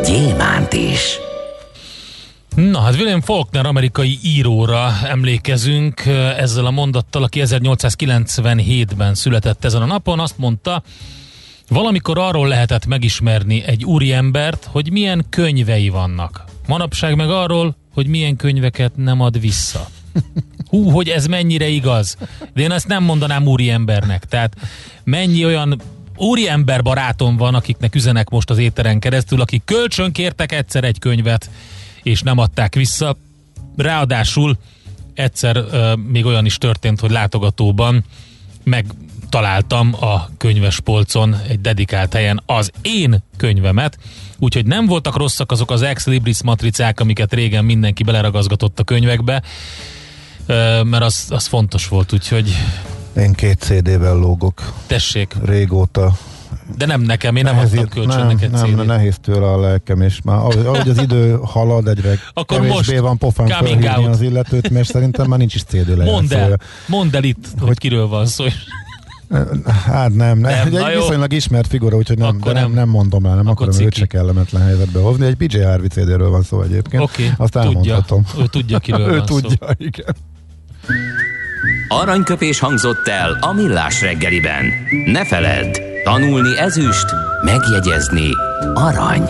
gyémánt is. Na hát William Faulkner amerikai íróra emlékezünk ezzel a mondattal, aki ezernyolcszázkilencvenhétben született ezen a napon. Azt mondta, valamikor arról lehetett megismerni egy úriembert, hogy milyen könyvei vannak. Manapság meg arról, hogy milyen könyveket nem ad vissza. Hú, hogy ez mennyire igaz. De én ezt nem mondanám úriembernek. Tehát mennyi olyan úriember barátom van, akiknek üzenek most az éteren keresztül, akik kölcsönkértek egyszer egy könyvet, és nem adták vissza. Ráadásul egyszer uh, még olyan is történt, hogy látogatóban megtaláltam a könyvespolcon egy dedikált helyen az én könyvemet, úgyhogy nem voltak rosszak azok az ex libris matricák, amiket régen mindenki beleragazgatott a könyvekbe, uh, mert az, az fontos volt, úgyhogy... Én két cé dé-vel lógok. Tessék. Régóta. De nem nekem, én nem nehéz, adtam kölcsön nem, neked nem, nem, nehéz tőle a lelkem, és már ahogy az idő halad, egyre akkor kevésbé van pofán felhívni az illetőt, mert szerintem már nincs is cé dé lejátszója. Mondd el, mondd el itt, hogy kiről van szó. Hát nem, nem. nem egy viszonylag ismert figura, úgyhogy nem, de nem, nem mondom el, nem akarom őt se kellemetlen helyzetbe hozni. Egy pé jé Harvey cé dé-ről van szó egyébként. Oké, okay, azt elmondhatom. Ő tudja, kiről ő van szó. Ő tudja, igen. Aranyköpés hangzott el a Millás reggeliben. Ne feledd, tanulni ezüst, megjegyezni arany.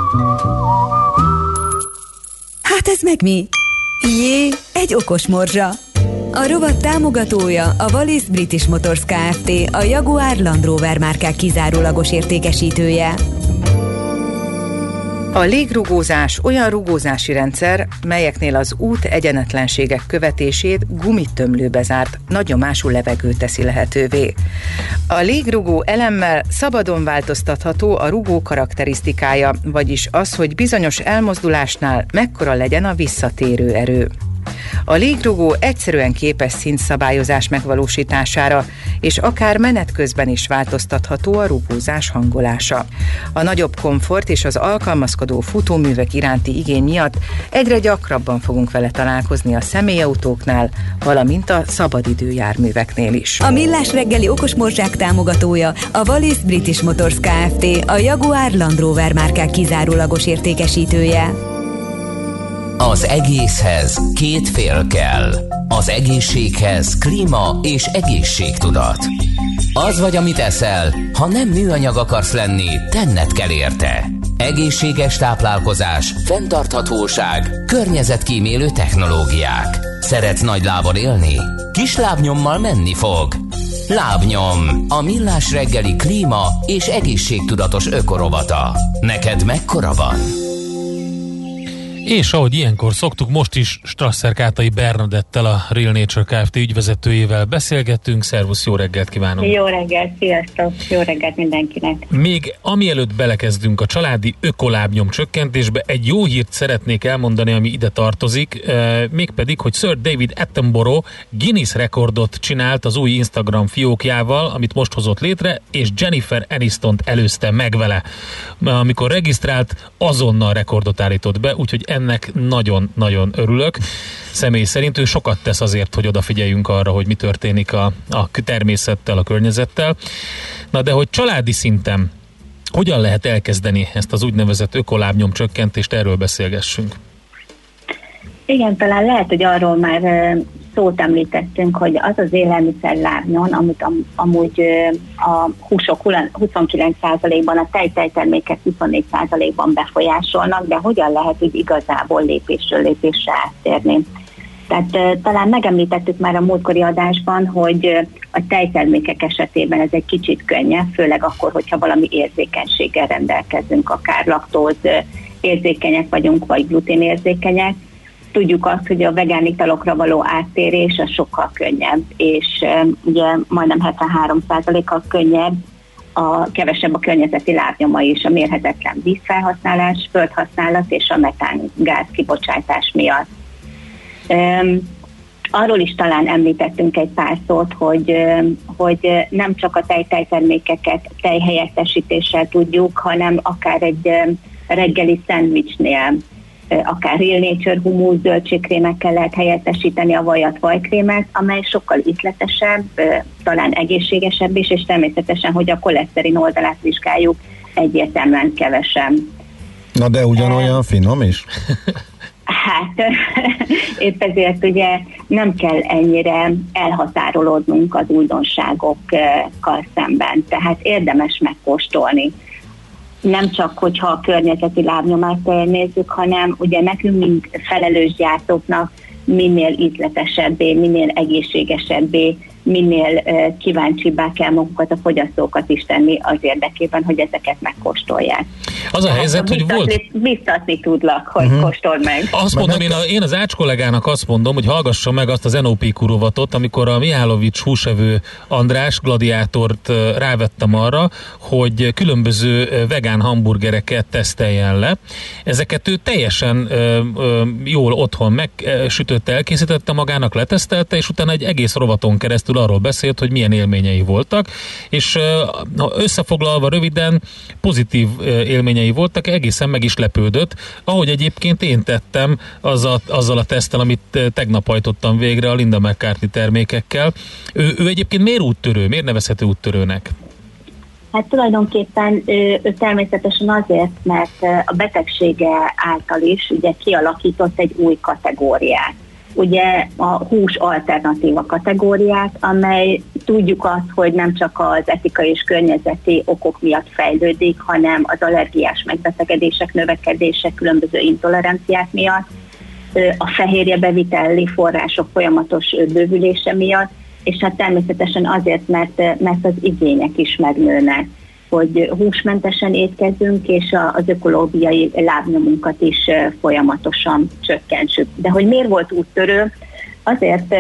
Hát ez meg mi? Jé, egy okos morzsa. A rovat támogatója a Wallis British Motors Kft., a Jaguar Land Rover márkák kizárólagos értékesítője. A légrugózás olyan rugózási rendszer, melyeknél az út egyenetlenségek követését gumitömlőbe zárt, nagy nyomású levegő teszi lehetővé. A légrugó elemmel szabadon változtatható a rugó karakterisztikája, vagyis az, hogy bizonyos elmozdulásnál mekkora legyen a visszatérő erő. A légrugó egyszerűen képes szintszabályozás megvalósítására, és akár menet közben is változtatható a rugózás hangolása. A nagyobb komfort és az alkalmazkodó futóművek iránti igény miatt egyre gyakrabban fogunk vele találkozni a személyautóknál, valamint a szabadidő járműveknél is. A Millás reggeli okos morzsák támogatója a Wallis British Motors Kft., a Jaguar Land Rover márkák kizárólagos értékesítője. Az egészhez két fél kell. Az egészséghez klíma és egészségtudat. Az vagy, amit eszel, ha nem műanyag akarsz lenni, tenned kell érte. Egészséges táplálkozás, fenntarthatóság, környezetkímélő technológiák. Szeretsz nagy lábon élni? Kis lábnyommal menni fog. Lábnyom, a Millás reggeli klíma és egészségtudatos ökorovata. Neked mekkora van? És ahogy ilyenkor szoktuk, most is Strasser Kátai Bernadettel, a Real Nature Kft. Ügyvezetőjével beszélgettünk. Szervusz, jó reggelt kívánunk! Jó reggelt, sziasztok! Jó reggelt mindenkinek! Még amielőtt belekezdünk a családi ökolábnyom csökkentésbe, egy jó hírt szeretnék elmondani, ami ide tartozik, e, mégpedig, hogy Sir David Attenborough Guinness rekordot csinált az új Instagram fiókjával, amit most hozott létre, és Jennifer Anistont előzte meg vele. Amikor regisztrált, azonnal rekordot állított be, úgyhogy ennek nagyon-nagyon örülök. Személy szerint ő sokat tesz azért, hogy odafigyeljünk arra, hogy mi történik a, a természettel, a környezettel. Na de hogy családi szinten hogyan lehet elkezdeni ezt az úgynevezett ökolábnyom csökkentést, erről beszélgessünk. Igen, talán lehet, hogy arról már szót említettünk, hogy az az élelmiszer lábnyon, amit am, amúgy a húsok huszonkilenc százalékban, a tejtejtermékek huszonnégy százalékban befolyásolnak, de hogyan lehet úgy igazából lépésről lépésre áttérni. Tehát talán megemlítettük már a múltkori adásban, hogy a tejtermékek esetében ez egy kicsit könnyebb, főleg akkor, hogyha valami érzékenységgel rendelkezünk, akár laktóz érzékenyek vagyunk, vagy gluténérzékenyek. Tudjuk azt, hogy a vegán italokra való áttérés az sokkal könnyebb, és um, ugye majdnem hetvenhárom százalékkal könnyebb, a kevesebb a környezeti lábnyoma is, a mérhetetlen vízfelhasználás, földhasználat és a metángáz kibocsátás miatt. Um, arról is talán említettünk egy pár szót, hogy, um, hogy nem csak a tej-tejtermékeket tejhelyettesítéssel tudjuk, hanem akár egy um, reggeli szendvicsnél, akár Real Nature hummus zöldségkrémekkel lehet helyettesíteni a vajat, vajkrémet, amely sokkal ízletesebb, talán egészségesebb is, és természetesen, hogy a koleszterin oldalát vizsgáljuk, egyértelműen kevesebb. Na de ugyanolyan finom is? Hát épp ezért ugye nem kell ennyire elhatárolódnunk az újdonságokkal szemben, tehát érdemes megkóstolni. Nem csak, hogyha a környezeti lábnyomát nézzük, hanem ugye nekünk, mint felelős gyártóknak minél ízletesebbé, minél egészségesebbé, minél uh, kíváncsibbá kell magukat, a fogyasztókat is tenni az érdekében, hogy ezeket megkóstolják. Az a helyzet, hogy volt... Biztatni tudlak, hogy uh-huh. kóstold meg. Azt mondom, én, a, én az Ács kollégának azt mondom, hogy hallgassa meg azt az en o pé kurovatot, amikor a Mihálovics húsevő András gladiátort rávettem arra, hogy különböző vegán hamburgereket teszteljen le. Ezeket ő teljesen ö, ö, jól otthon megsütötte, elkészítette magának, letesztelte, és utána egy egész rovaton keresztül arról beszélt, hogy milyen élményei voltak, és összefoglalva röviden pozitív élményei voltak, egészen meg is lepődött, ahogy egyébként én tettem azzal, azzal a teszttel, amit tegnap hajtottam végre a Linda McCartney termékekkel. Ő, ő egyébként miért úttörő? Miért nevezhető úttörőnek? Hát tulajdonképpen ő, ő természetesen azért, mert a betegsége által is ugye kialakított egy új kategóriát. Ugye a hús alternatíva kategóriát, amely tudjuk azt, hogy nem csak az etikai és környezeti okok miatt fejlődik, hanem az allergiás megbetegedések, növekedések, különböző intoleranciák miatt, a fehérje beviteli források folyamatos bővülése miatt, és hát természetesen azért, mert, mert az igények is megnőnek, hogy húsmentesen étkezünk, és az ökológiai lábnyomunkat is folyamatosan csökkentsük. De hogy miért volt úttörő? Azért,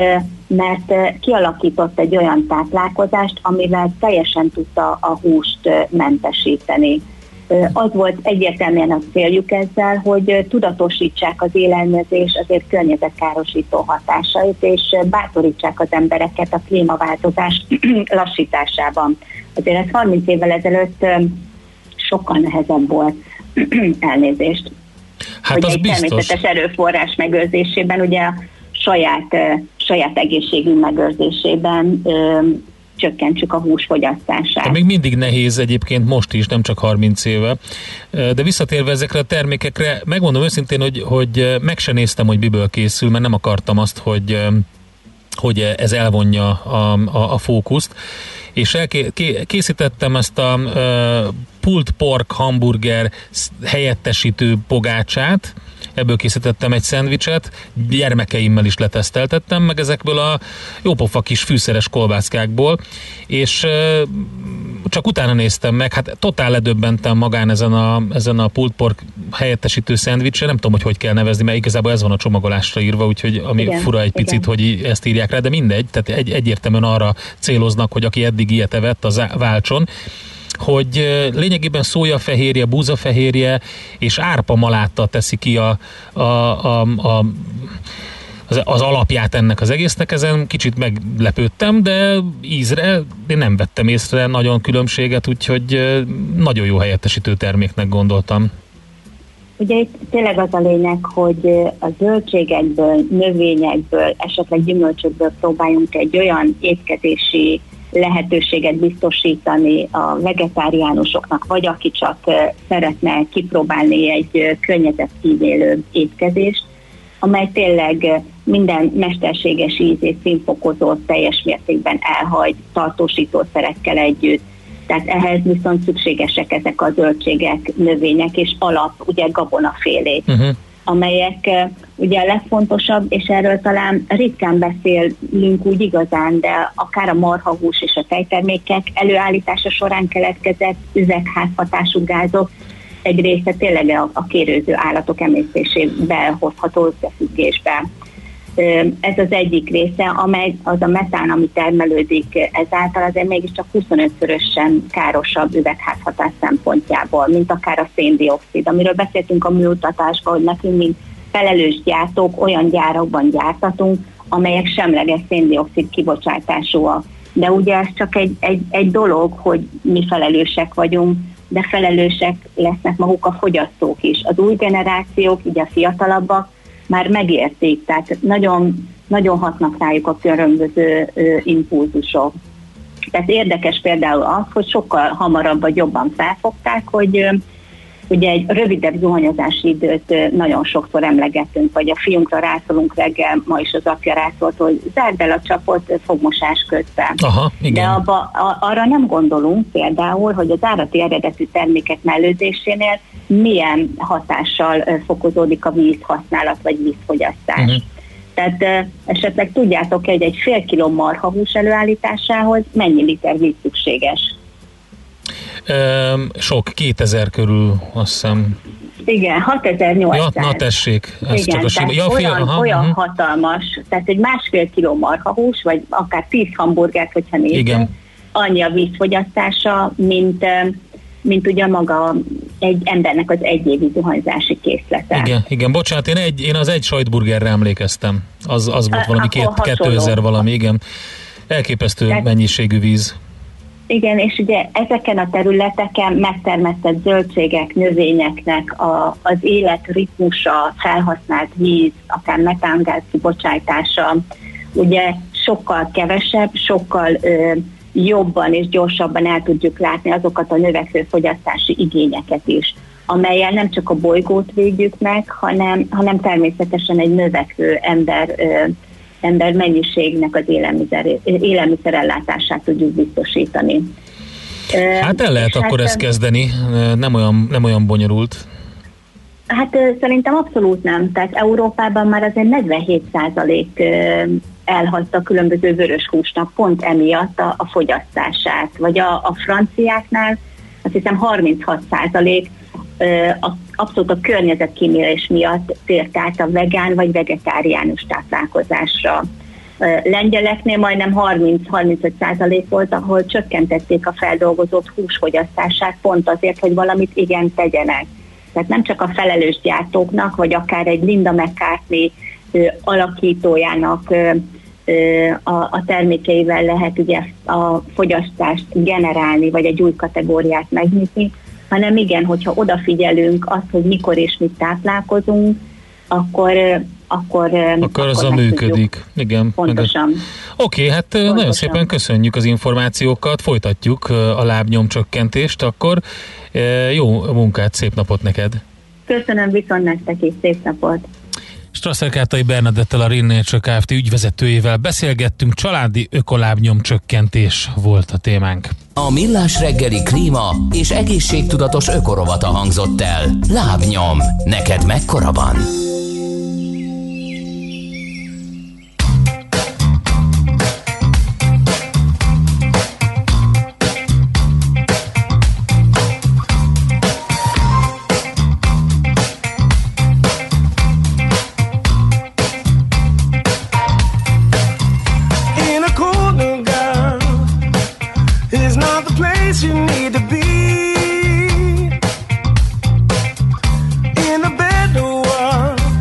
mert kialakított egy olyan táplálkozást, amivel teljesen tudta a húst mentesíteni. Az volt egyértelműen a céljuk ezzel, hogy tudatosítsák az élelmezés azért környezetkárosító hatásait, és bátorítsák az embereket a klímaváltozás lassításában. Azért ez harminc évvel ezelőtt sokkal nehezebb volt. Elnézést. Hát hogy az egy biztos. Természetes erőforrás megőrzésében, ugye a saját, saját egészségünk megőrzésében csökkentsük a húsfogyasztását. De még mindig nehéz egyébként most is, nem csak harminc éve. De visszatérve ezekre a termékekre, megmondom őszintén, hogy, hogy meg se néztem, hogy miből készül, mert nem akartam azt, hogy, hogy ez elvonja a, a, a fókuszt. És elké, készítettem ezt a uh, pulled pork hamburger helyettesítő pogácsát, ebből készítettem egy szendvicset, gyermekeimmel is leteszteltettem, meg ezekből a jópofa kis fűszeres kolbászkákból, és uh, csak utána néztem meg, hát totál ledöbbentem magán ezen a, ezen a pulled pork helyettesítő szendvicsen, nem tudom, hogy hogy kell nevezni, mert igazából ez van a csomagolásra írva, úgyhogy ami igen, fura egy picit, igen. hogy ezt írják rá, de mindegy, tehát egy, egyértelműen arra céloznak, hogy aki eddig ilyet evett, az váltson, hogy lényegében szójafehérje, búzafehérje és árpamaláta teszi ki a, a, a, a Az, az alapját ennek az egésznek, ezen kicsit meglepődtem, de ízre én nem vettem észre nagyon különbséget, úgyhogy nagyon jó helyettesítő terméknek gondoltam. Ugye itt tényleg az a lényeg, hogy a zöldségekből, növényekből, esetleg gyümölcsökből próbáljunk egy olyan étkezési lehetőséget biztosítani a vegetáriánusoknak, vagy aki csak szeretne kipróbálni egy környezetkímélő étkezést, amely tényleg minden mesterséges ízét, színfokozót teljes mértékben elhagy tartósítószerekkel együtt. Tehát ehhez viszont szükségesek ezek a zöldségek, növények és alap, ugye gabonafélék, uh-huh. amelyek ugye a legfontosabb, és erről talán ritkán beszélünk úgy igazán, de akár a marhahús és a tejtermékek előállítása során keletkezett üvegházhatású gázok egy része tényleg a, a kérőző állatok emésztésével hozható összefüggésbe. Ez az egyik része, amely az a metán, ami termelődik ezáltal, azért mégiscsak huszonötszörösen károsabb üvegházhatás szempontjából, mint akár a széndioxid, amiről beszéltünk a műutatásban, hogy nekünk, mint felelős gyártók, olyan gyárakban gyártatunk, amelyek semleges széndioxid kibocsátásúak. De ugye ez csak egy, egy, egy dolog, hogy mi felelősek vagyunk, de felelősek lesznek maguk a fogyasztók is. Az új generációk, ugye a fiatalabbak már megérték, tehát nagyon, nagyon hatnak rájuk a különböző ö, impulzusok. Tehát érdekes például az, hogy sokkal hamarabb vagy jobban felfogták, hogy, ö, Ugye egy rövidebb zuhanyozási időt nagyon sokszor emlegetünk, vagy a fiunkra rászolunk reggel, ma is az apja rászólt, hogy zárd el a csapot fogmosás közben. Aha, igen. De abba, a, arra nem gondolunk például, hogy az állati eredetű termékek mellőzésénél milyen hatással fokozódik a vízhasználat, vagy vízfogyasztás. Uh-huh. Tehát uh, esetleg tudjátok, hogy egy fél kiló marhahús előállításához mennyi liter víz szükséges? Um, sok, kétezer körül, azt hiszem. Igen, hatezer-nyolcszáz. Ja, na tessék. Ez igen, csak a sima. Ja, fél, olyan, aha, olyan uh-huh. hatalmas, tehát egy másfél kiló marhahús, vagy akár tíz hamburgert, hogyha nézzük, annyi a vízfogyasztása, mint, mint ugye maga egy embernek az egyévi zuhanyzási készlete. Igen, igen, bocsánat, én, egy, én az egy sajtburgerre emlékeztem. Az, az volt valami két, kétezer valami, igen. Elképesztő tehát, mennyiségű víz. Igen, és ugye ezeken a területeken megtermesztett zöldségek, növényeknek a, az életritmusa, felhasznált víz, akár metángáz kibocsátása, ugye sokkal kevesebb, sokkal ö, jobban és gyorsabban el tudjuk látni azokat a növekvő fogyasztási igényeket is, amellyel nem csak a bolygót védjük meg, hanem, hanem természetesen egy növekvő ember ö, ember mennyiségnek az élelmiszer, élelmiszerellátását tudjuk biztosítani. Hát el lehet és akkor hát, ezt kezdeni, nem olyan, nem olyan bonyolult. Hát szerintem abszolút nem. Tehát Európában már azért negyvenhét százalék elhagyta a különböző vöröshúsnak pont emiatt a, a fogyasztását. Vagy a, a franciáknál azt hiszem harminchat százalék a, abszolút a környezetkímélés miatt tért át a vegán vagy vegetáriánus táplálkozásra. Lengyeleknél majdnem harminc-harmincöt százalék volt, ahol csökkentették a feldolgozott húsfogyasztását pont azért, hogy valamit igen tegyenek. Tehát nem csak a felelős gyártóknak, vagy akár egy Linda McCartney ö, alakítójának ö, ö, a, a termékeivel lehet ugye a fogyasztást generálni, vagy egy új kategóriát megnyitni, hanem igen, hogyha odafigyelünk azt, hogy mikor és mit táplálkozunk, akkor akkor, akkor az a működik. Igen. Pontosan. Oké, okay, hát pontosan. Nagyon szépen köszönjük az információkat, folytatjuk a lábnyomcsökkentést, akkor jó munkát, szép napot neked! Köszönöm viszont nektek is, szép napot! Strasser-Kártai Bernadettel, a Real Nature Kft. Ügyvezetőjével beszélgettünk, családi ökolábnyomcsökkentés volt a témánk. A Millás reggeli klíma és egészségtudatos ökorovata hangzott el. Lábnyom, neked mekkora van? In a better world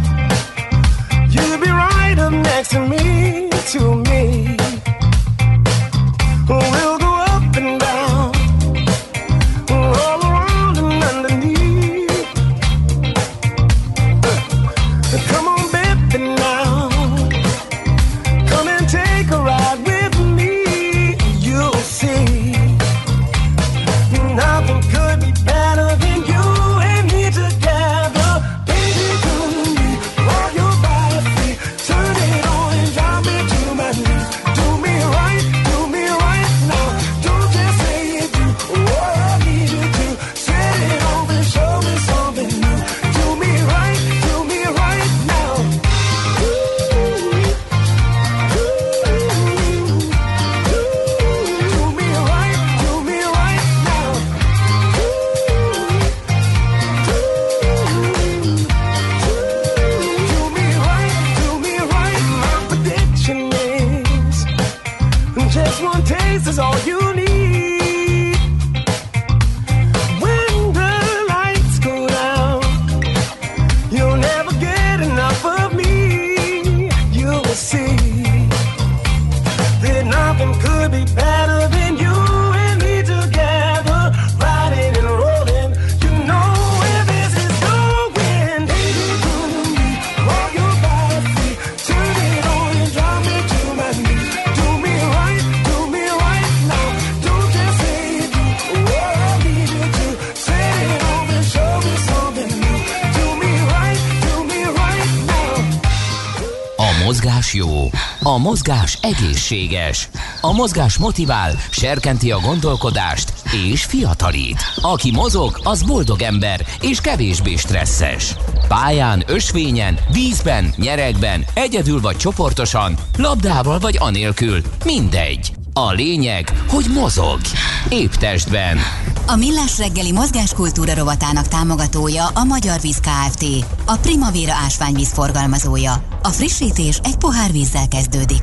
mozgás jó, a mozgás egészséges, a mozgás motivál, serkenti a gondolkodást és fiatalít. Aki mozog, az boldog ember és kevésbé stresszes. Pályán, ösvényen, vízben, nyeregben, egyedül vagy csoportosan, labdával vagy anélkül, mindegy. A lényeg, hogy mozog. Épp testben. A Millás reggeli mozgáskultúra rovatának támogatója a Magyar Víz Kft. A Primavera ásványvíz forgalmazója. A frissítés egy pohár vízzel kezdődik.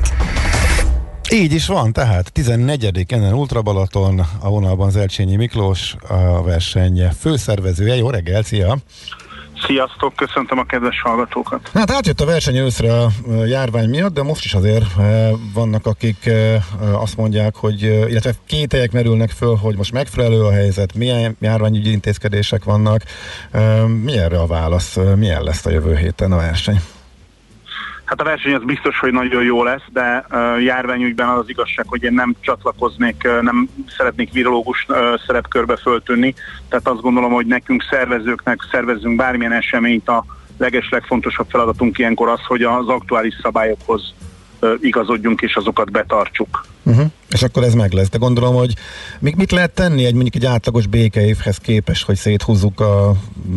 Így is van, tehát tizennegyedik ennen Ultra Balaton, a vonalban Zelcsényi Miklós, a verseny főszervezője. Jó reggel, szia! Sziasztok, köszöntöm a kedves hallgatókat! Hát átjött a verseny őszre a járvány miatt, de most is azért vannak, akik azt mondják, hogy, illetve kételyek merülnek föl, hogy most megfelelő a helyzet, milyen járványügyi intézkedések vannak. Mi erre a válasz? Milyen lesz a jövő héten a verseny? Hát a verseny az biztos, hogy nagyon jó lesz, de uh, járványügyben az, az igazság, hogy én nem csatlakoznék, uh, nem szeretnék virológus uh, szerepkörbe föltűnni, tehát azt gondolom, hogy nekünk szervezőknek szervezzünk bármilyen eseményt, a legeslegfontosabb feladatunk ilyenkor az, hogy az aktuális szabályokhoz uh, igazodjunk és azokat betartsuk. Uh-huh. És akkor ez meg lesz. De gondolom, hogy mit lehet tenni egy mondjuk egy átlagos békeévhez képest, hogy széthúzzuk a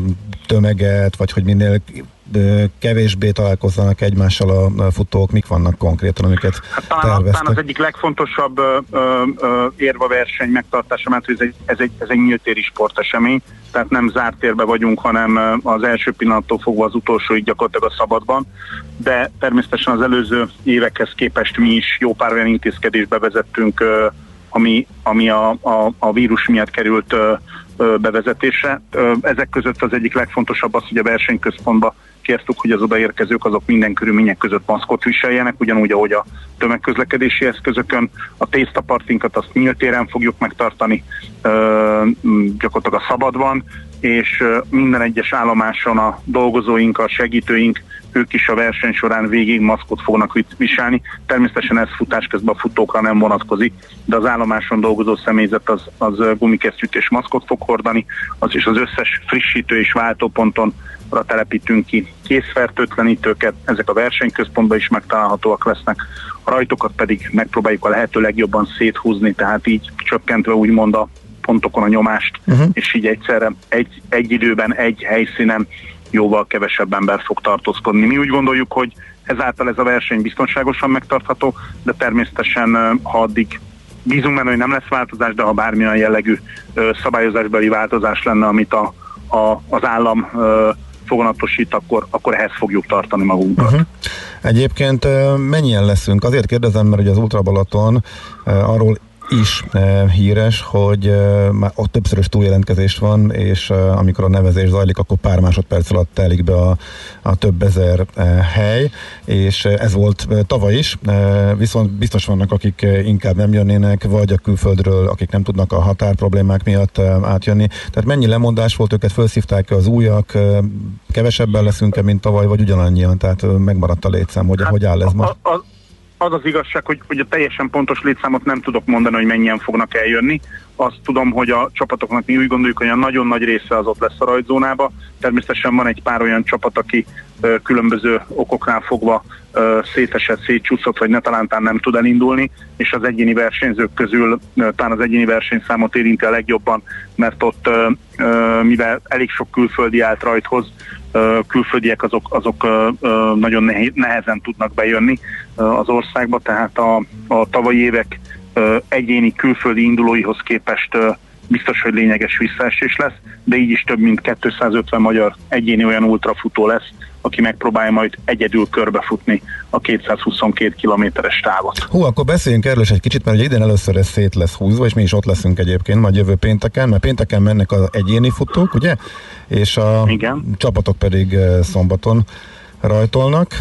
tömeget, vagy hogy minél kevésbé találkozzanak egymással a futók, mik vannak konkrétan, amiket hát talán, terveztek? Talán az egyik legfontosabb ö, ö, érve verseny megtartása, mert ez egy, ez egy, ez egy nyíltéri sportesemény, tehát nem zárt térbe vagyunk, hanem az első pillanattól fogva az utolsóig gyakorlatilag a szabadban, de természetesen az előző évekhez képest mi is jó pár olyan intézkedést bevezettünk, ö, ami, ami a, a, a vírus miatt került ö, ö, bevezetésre. Ö, ezek között az egyik legfontosabb az, hogy a versenyközpontba kértük, hogy az odaérkezők azok minden körülmények között maszkot viseljenek, ugyanúgy, ahogy a tömegközlekedési eszközökön. A tésztapartinkat azt nyílt téren fogjuk megtartani, ö, gyakorlatilag a szabadban, és minden egyes állomáson a dolgozóink, a segítőink, ők is a verseny során végig maszkot fognak viselni. Természetesen ez futás közben a futókra nem vonatkozik, de az állomáson dolgozó személyzet az, az gumikesztyűt és maszkot fog hordani, az is az összes frissítő és váltóponton telepítünk ki készfertőtlenítőket, ezek a versenyközpontban is megtalálhatóak lesznek, a rajtokat pedig megpróbáljuk a lehető legjobban széthúzni, tehát így csökkentve úgymond a pontokon a nyomást, uh-huh. és így egyszerre egy, egy időben, egy helyszínen jóval kevesebb ember fog tartózkodni. Mi úgy gondoljuk, hogy ezáltal ez a verseny biztonságosan megtartható, de természetesen, ha addig bízunk benne, hogy nem lesz változás, de ha bármilyen jellegű ö, szabályozásbeli változás lenne, amit a, a, az állam ö, foganatosít, akkor, akkor ehhez fogjuk tartani magunkat. Uh-huh. Egyébként mennyien leszünk? Azért kérdezem, mert ugye az Ultra Balaton arról is e, híres, hogy e, már ott többszörös túljelentkezés van, és e, amikor a nevezés zajlik, akkor pár másodperc alatt telik be a, a több ezer e, hely, és ez volt e, tavaly is, e, viszont biztos vannak, akik e, inkább nem jönnének, vagy a külföldről, akik nem tudnak a határproblémák miatt e, átjönni. Tehát mennyi lemondás volt, őket felszívták az újak, e, kevesebben leszünk-e, mint tavaly, vagy ugyanannyian, tehát e, megmaradt a létszám, hogy, hát, hogy áll ez most? A, a, Az az igazság, hogy, hogy a teljesen pontos létszámot nem tudok mondani, hogy mennyien fognak eljönni. Azt tudom, hogy a csapatoknak mi úgy gondoljuk, hogy a nagyon nagy része az ott lesz a rajtzónába. Természetesen van egy pár olyan csapat, aki ö, különböző okoknál fogva ö, szétesett, szétcsúszott, vagy netalántán nem tud elindulni, és az egyéni versenyzők közül ö, talán az egyéni versenyszámot érinti a legjobban, mert ott ö, ö, mivel elég sok külföldi állt rajthoz, külföldiek azok, azok nagyon nehezen tudnak bejönni az országba, tehát a, a tavalyi évek egyéni külföldi indulóihoz képest biztos, hogy lényeges visszaesés lesz, de így is több mint kétszázötven magyar egyéni olyan ultrafutó lesz, aki megpróbálja majd egyedül körbefutni a kétszázhuszonkét kilométeres távot. Hú, akkor beszéljünk erről is egy kicsit, mert ugye idén először ez szét lesz húzva, és mi is ott leszünk egyébként majd jövő pénteken, mert pénteken mennek az egyéni futók, ugye? És a Igen. csapatok pedig szombaton rajtolnak,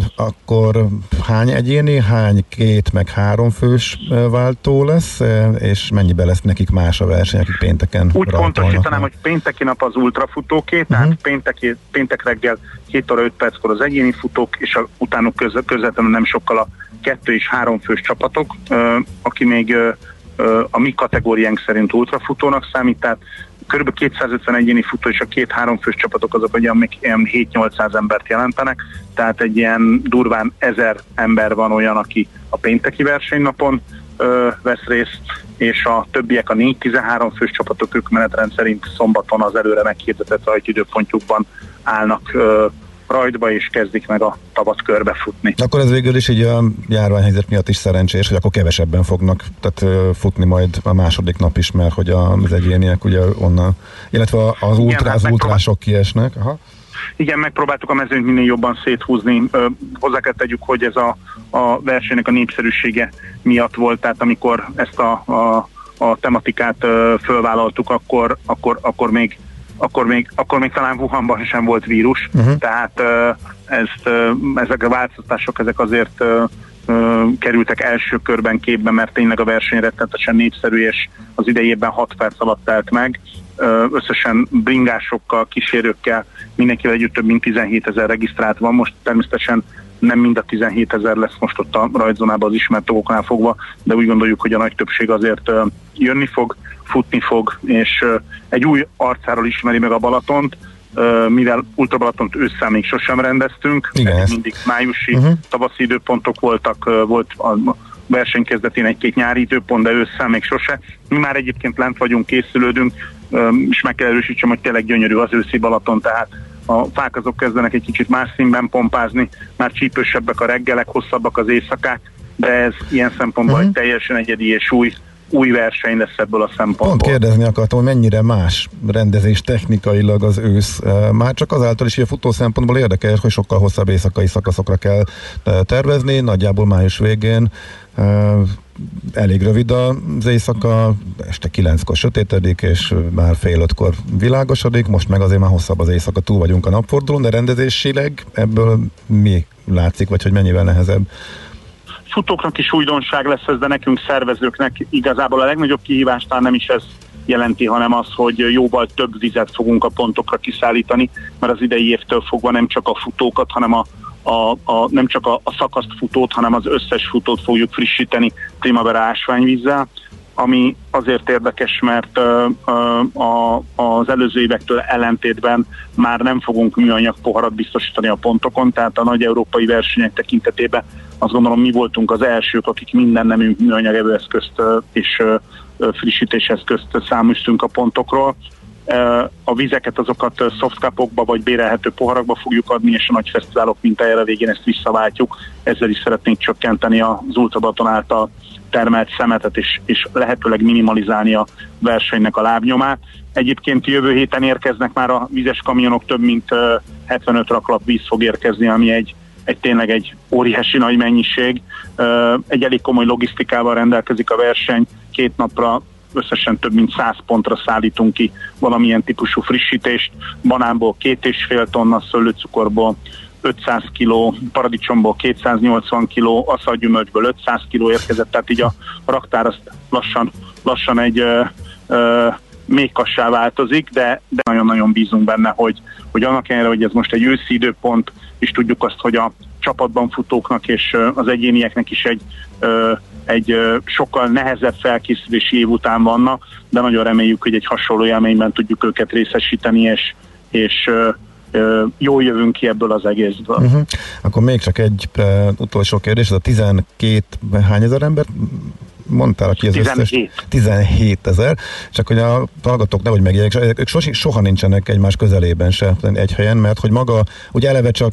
akkor hány egyéni, hány két meg három fős váltó lesz, és mennyibe lesz nekik más a verseny, akik pénteken Úgy rajtolnak? pontosítanám, hogy pénteki nap az ultrafutóké, uh-huh. tehát pénteki, péntek reggel hét óra öt perckor az egyéni futók, és a, utánuk köz, közvetlenül nem sokkal a kettő és három fős csapatok, uh, aki még uh, a mi kategóriánk szerint ultrafutónak számít, tehát kb. kétszázötven egyéni futó és a két-három fős csapatok azok olyan még hét-nyolcszáz embert jelentenek, tehát egy ilyen durván ezer ember van olyan, aki a pénteki versenynapon ö, vesz részt, és a többiek a négy-tizenhárom fős csapatok, ők menetrend szerint szombaton az előre meghirdetett rajtidőpontjukban állnak ö, rajtba, és kezdik meg a tavat körbefutni. Akkor ez végül is így a járványhelyzet miatt is szerencsés, hogy akkor kevesebben fognak tehát, futni majd a második nap is, mert hogy az egyéniek ugye onnan, illetve az, ultrá, Igen, az hát ultrások kiesnek. Aha. Igen, megpróbáltuk a mezőnyt minél jobban széthúzni. Hozzá kell tegyük, hogy ez a, a versenynek a népszerűsége miatt volt, tehát amikor ezt a, a, a tematikát fölvállaltuk, akkor, akkor, akkor még Akkor még, akkor még talán Wuhanban sem volt vírus, uh-huh. tehát ezt, ezek a változtatások ezek azért kerültek első körben képbe, mert tényleg a verseny rettenetesen népszerű, és az idejében hat perc alatt telt meg. Összesen bringásokkal, kísérőkkel, mindenkivel együtt több mint tizenhétezer regisztrált van. Most természetesen nem mind a tizenhétezer lesz most ott a rajtzónában az ismert okoknál fogva, de úgy gondoljuk, hogy a nagy többség azért jönni fog, futni fog, és egy új arcáról ismeri meg a Balatont, mivel Ultra Balatont ősszel még sosem rendeztünk, mindig májusi uh-huh. tavaszi időpontok voltak, volt a verseny kezdetén egy-két nyári időpont, de ősszel még sose. Mi már egyébként lent vagyunk, készülődünk, és meg kell erősítsem, hogy tényleg gyönyörű az őszi Balaton, tehát a fák azok kezdenek egy kicsit más színben pompázni, már csípősebbek a reggelek, hosszabbak az éjszakák, de ez ilyen szempontból uh-huh. egy teljesen egyedi és új új verseny lesz ebből a szempontból. Pont kérdezni akartam, hogy mennyire más rendezés technikailag az ősz. Már csak azáltal is, hogy a futó szempontból érdekes, hogy sokkal hosszabb éjszakai szakaszokra kell tervezni, nagyjából május végén. Elég rövid az éjszaka, este kilenckor sötétedik, és már fél ötkor világosodik, most meg azért már hosszabb az éjszaka, túl vagyunk a napfordulón, de rendezésileg ebből mi látszik, vagy hogy mennyivel nehezebb? Futóknak is újdonság lesz ez, de nekünk szervezőknek igazából a legnagyobb kihívást nem is ez jelenti, hanem az, hogy jóval több vizet fogunk a pontokra kiszállítani, mert az idei évtől fogva nem csak a futókat, hanem a, a, a, nem csak a, a szakaszt futót, hanem az összes futót fogjuk frissíteni Primavera ásványvízzel, ami azért érdekes, mert uh, a, az előző évektől ellentétben már nem fogunk műanyag poharat biztosítani a pontokon, tehát a nagy európai versenyek tekintetében azt gondolom mi voltunk az elsők, akik minden nemű műanyag evőeszközt uh, és uh, frissítéseszközt száműztünk a pontokról. Uh, a vizeket azokat softkapokba vagy bérelhető poharakba fogjuk adni, és a nagy fesztiválok mintájára végén ezt visszaváltjuk. Ezzel is szeretnénk csökkenteni az Ultra Balaton által termelt szemetet, és, és lehetőleg minimalizálni a versenynek a lábnyomát. Egyébként jövő héten érkeznek már a vízes kamionok, több mint uh, hetvenöt raklap víz fog érkezni, ami egy, egy tényleg egy óriási nagy mennyiség. Uh, egy elég komoly logisztikával rendelkezik a verseny, két napra összesen több mint száz pontra szállítunk ki valamilyen típusú frissítést, banánból két és fél tonna, szőlőcukorból ötszáz kiló, paradicsomból kétszáznyolcvan kiló, aszalgyümölcsből ötszáz kiló érkezett, tehát így a raktár azt lassan, lassan egy ö, ö, méhkassá változik, de, de nagyon-nagyon bízunk benne, hogy, hogy annak ellenére, hogy ez most egy őszi időpont, és tudjuk azt, hogy a csapatban futóknak és az egyénieknek is egy, ö, egy ö, sokkal nehezebb felkészülési év után vannak, de nagyon reméljük, hogy egy hasonló élményben tudjuk őket részesíteni, és, és ö, jól jövünk ki ebből az egészből. Uh-huh. Akkor még csak egy uh, utolsó kérdés, ez a tizenkét, hány ezer embert mondtál, aki az tizenhét. Összes? tizenhét ezer, csak hogy a hallgatók nehogy megjelenik, ők soha, soha nincsenek egymás közelében se egy helyen, mert hogy maga, ugye eleve csak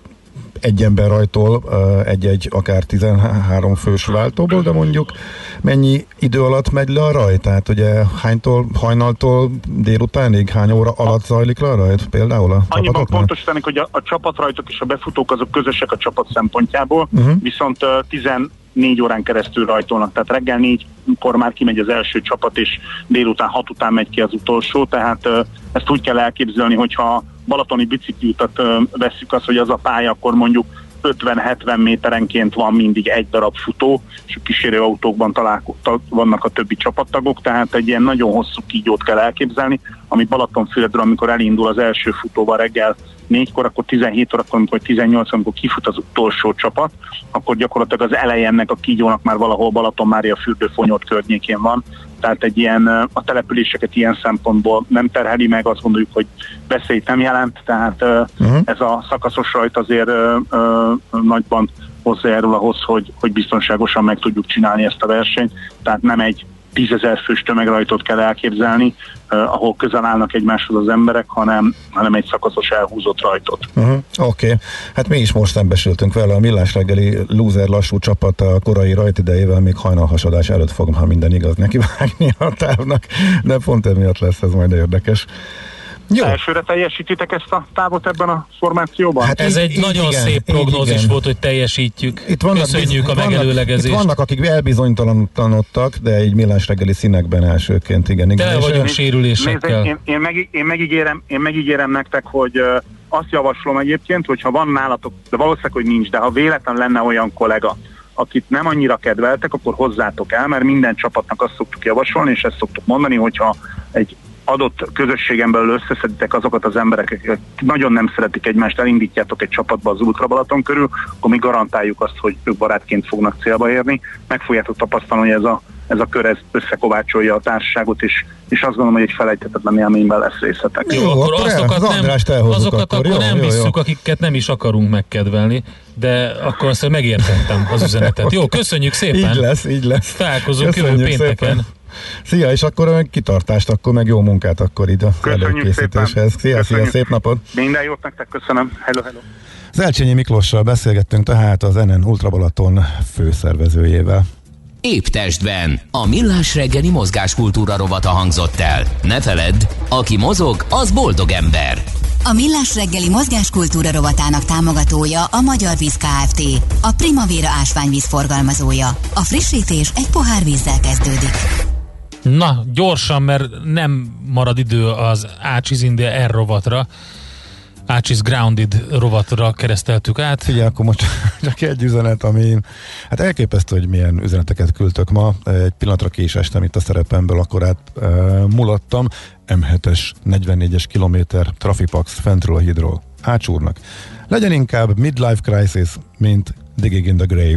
egy ember rajtól egy-egy akár tizenhárom fős váltóból, de mondjuk mennyi idő alatt megy le a rajt? Tehát ugye hánytól, hajnaltól délutánig, hány óra alatt zajlik le a rajt például a Annyiban csapatoknál? Pontosítanék, hogy a, a csapatrajtok és a befutók azok közösek a csapat szempontjából, uh-huh. viszont uh, tizennégy órán keresztül rajtolnak, tehát reggel négykor már kimegy az első csapat, és délután hat után megy ki az utolsó, tehát uh, ezt úgy kell elképzelni, hogyha balatoni bicikliutat uh, vesszük azt, hogy az a pálya, akkor mondjuk ötven-hetven méterenként van mindig egy darab futó, és a kísérőautókban találkoznak vannak a többi csapattagok, tehát egy ilyen nagyon hosszú kígyót kell elképzelni, ami Balatonfüredről, amikor elindul az első futóval reggel négykor, akkor tizenhét órakor, amikor tizennyolc, amikor kifut az utolsó csapat, akkor gyakorlatilag az eleje ennek a kígyónak már valahol Balatonmária fürdő Fonyód környékén van, tehát egy ilyen, a településeket ilyen szempontból nem terheli meg, azt gondoljuk, hogy veszélyt nem jelent, tehát uh-huh. ez a szakaszos rajt azért uh, uh, nagyban hozzájárul ahhoz, hogy, hogy biztonságosan meg tudjuk csinálni ezt a versenyt, tehát nem egy tízezer fős tömegrajtot kell elképzelni, uh, ahol közel állnak egymáshoz az emberek, hanem, hanem egy szakaszos elhúzott rajtot. Uh-huh. Oké, okay. Hát mi is most szembesültünk vele, a Millás reggeli loser lassú csapat a korai rajtidejével még hajnalhasadás előtt fog, ha minden igaz, neki vágni a távnak, de pont emiatt lesz ez majd érdekes. Jó. Elsőre teljesítitek ezt a távot ebben a formációban? Hát ez egy nagyon igen, szép prognózis igen. volt, hogy teljesítjük. Itt vannak, Köszönjük a megelőlegezést. Itt vannak, akik elbizonytalanodtak, de egy Millás reggeli színekben elsőként, igen. igen. Tele vagyunk sérülésekkel. Nézd, én, én, meg, én, megígérem, én megígérem nektek, hogy uh, azt javaslom egyébként, hogyha van nálatok, de valószínűleg, hogy nincs, de ha véletlen lenne olyan kollega, akit nem annyira kedveltek, akkor hozzátok el, mert minden csapatnak azt szoktuk javasolni, és ezt szoktuk mondani, hogyha egy adott közösségen belül összeszeditek azokat az embereket, akik nagyon nem szeretik egymást, elindítjátok egy csapatba az Ultra Balaton körül, akkor mi garantáljuk azt, hogy ők barátként fognak célba érni. Meg fogjátok tapasztalni, hogy ez a, ez a kör ez összekovácsolja a társaságot, és, és azt gondolom, hogy egy felejthetetlen élményben lesz részletek. Jó, jó, akkor azokat az nem, azokat akkor, akkor jó, nem jó, visszük, jó. akiket nem is akarunk megkedvelni, de akkor azt megértettem az üzenetet. Jó, köszönjük szépen! Így lesz, így lesz. Találkozunk jövő pénteken. Szépen. Szia, és akkor meg kitartást, akkor meg jó munkát akkor ide az előkészítéshez. Szia, szia, szép napot! Minden jót nektek, köszönöm. Hello, hello! Zelcsényi Miklossal beszélgettünk tehát az en en Ultra Balaton főszervezőjével. Épp testben a Millás reggeli mozgáskultúra rovata hangzott el. Ne feledd, aki mozog, az boldog ember. A Millás reggeli mozgáskultúra rovatának támogatója a Magyar Víz Kft. A Primavera ásványvíz forgalmazója. A frissítés egy pohár vízzel kezdődik. Na, gyorsan, mert nem marad idő az Ácsiz India Air rovatra. Ácsiz Grounded rovatra kereszteltük át. Figyelj, akkor most csak egy üzenet, ami hát elképesztő, hogy milyen üzeneteket küldtök ma. Egy pillanatra ki is estem itt a szerepemből, akkor át e, mulattam. em hetes negyvennégyes kilométer Trafipax fentről a hídról. Ács úrnak. Legyen inkább Midlife Crisis, mint Digging in the Grave.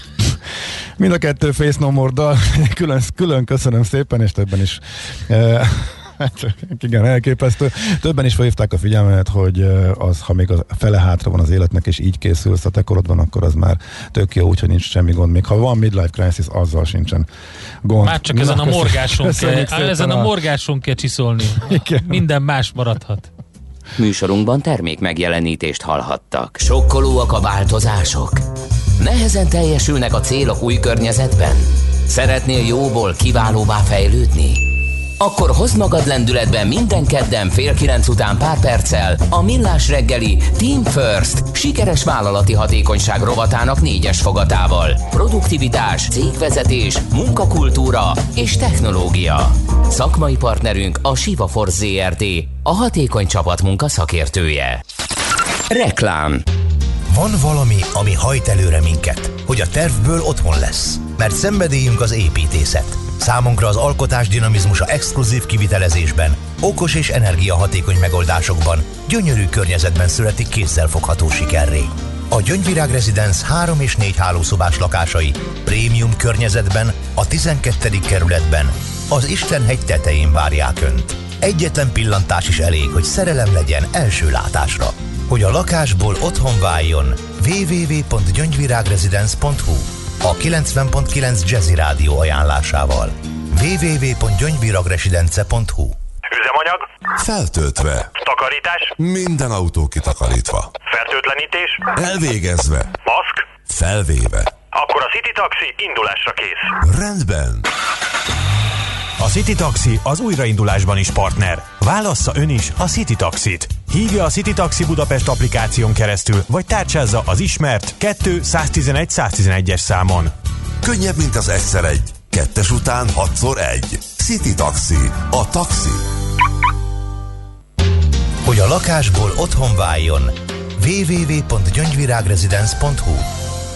Mind a kettő Face No More-dal. Külön, külön köszönöm szépen, és többen is e, hát, igen, elképesztő. Többen is felhívták a figyelmet, hogy az, ha még a fele hátra van az életnek, és így készülsz a te korodban, akkor az már tök jó, úgyhogy nincs semmi gond. Még ha van midlife crisis, azzal sincsen gond. Már csak ezen Na, a morgáson kell, ezen a morgáson kell csiszolni. Igen. Minden más maradhat. Műsorunkban termék megjelenítést hallhattak. Sokkolóak a változások? Nehezen teljesülnek a célok új környezetben? Szeretnél jóból kiválóvá fejlődni? Akkor hozd magad lendületben minden kedden fél kilenc után pár perccel a Millás reggeli Team First sikeres vállalati hatékonyság rovatának négyes fogatával. Produktivitás, cégvezetés, munkakultúra és technológia. Szakmai partnerünk a Siva Force zé er té, a hatékony csapatmunka szakértője. Reklám. Van valami, ami hajt előre minket, hogy a tervből otthon lesz, mert szenvedélyünk az építészet. Számunkra az alkotás dinamizmusa exkluzív kivitelezésben, okos és energiahatékony megoldásokban, gyönyörű környezetben születik kézzelfogható sikerré. A Gyöngyvirág Residence három és négy hálószobás lakásai prémium környezetben, a tizenkettedik kerületben, az Istenhegy tetején várják Önt. Egyetlen pillantás is elég, hogy szerelem legyen első látásra. Hogy a lakásból otthon váljon, double-u double-u double-u pont gyöngyvirágresidence pont hu a kilencven pont kilenc Jazzy Rádió ajánlásával. double-u double-u double-u pont gyöngyvirágresidence pont hu. Üzemanyag? Feltöltve. Takarítás? Minden autó kitakarítva. Fertőtlenítés? Elvégezve. Maszk? Felvéve. Akkor a City Taxi indulásra kész. Rendben. A City Taxi az újraindulásban is partner. Válassza ön is a City Taxit. Hívja a City Taxi Budapest applikáción keresztül, vagy tárcsázza az ismert kettő száztizenegy száztizenegyes számon. Könnyebb, mint az egyszer egy. Kettes után hatszor egy. City Taxi. A taxi. Hogy a lakásból otthon váljon, double-u double-u double-u pont gyöngyvirágresidence pont hu.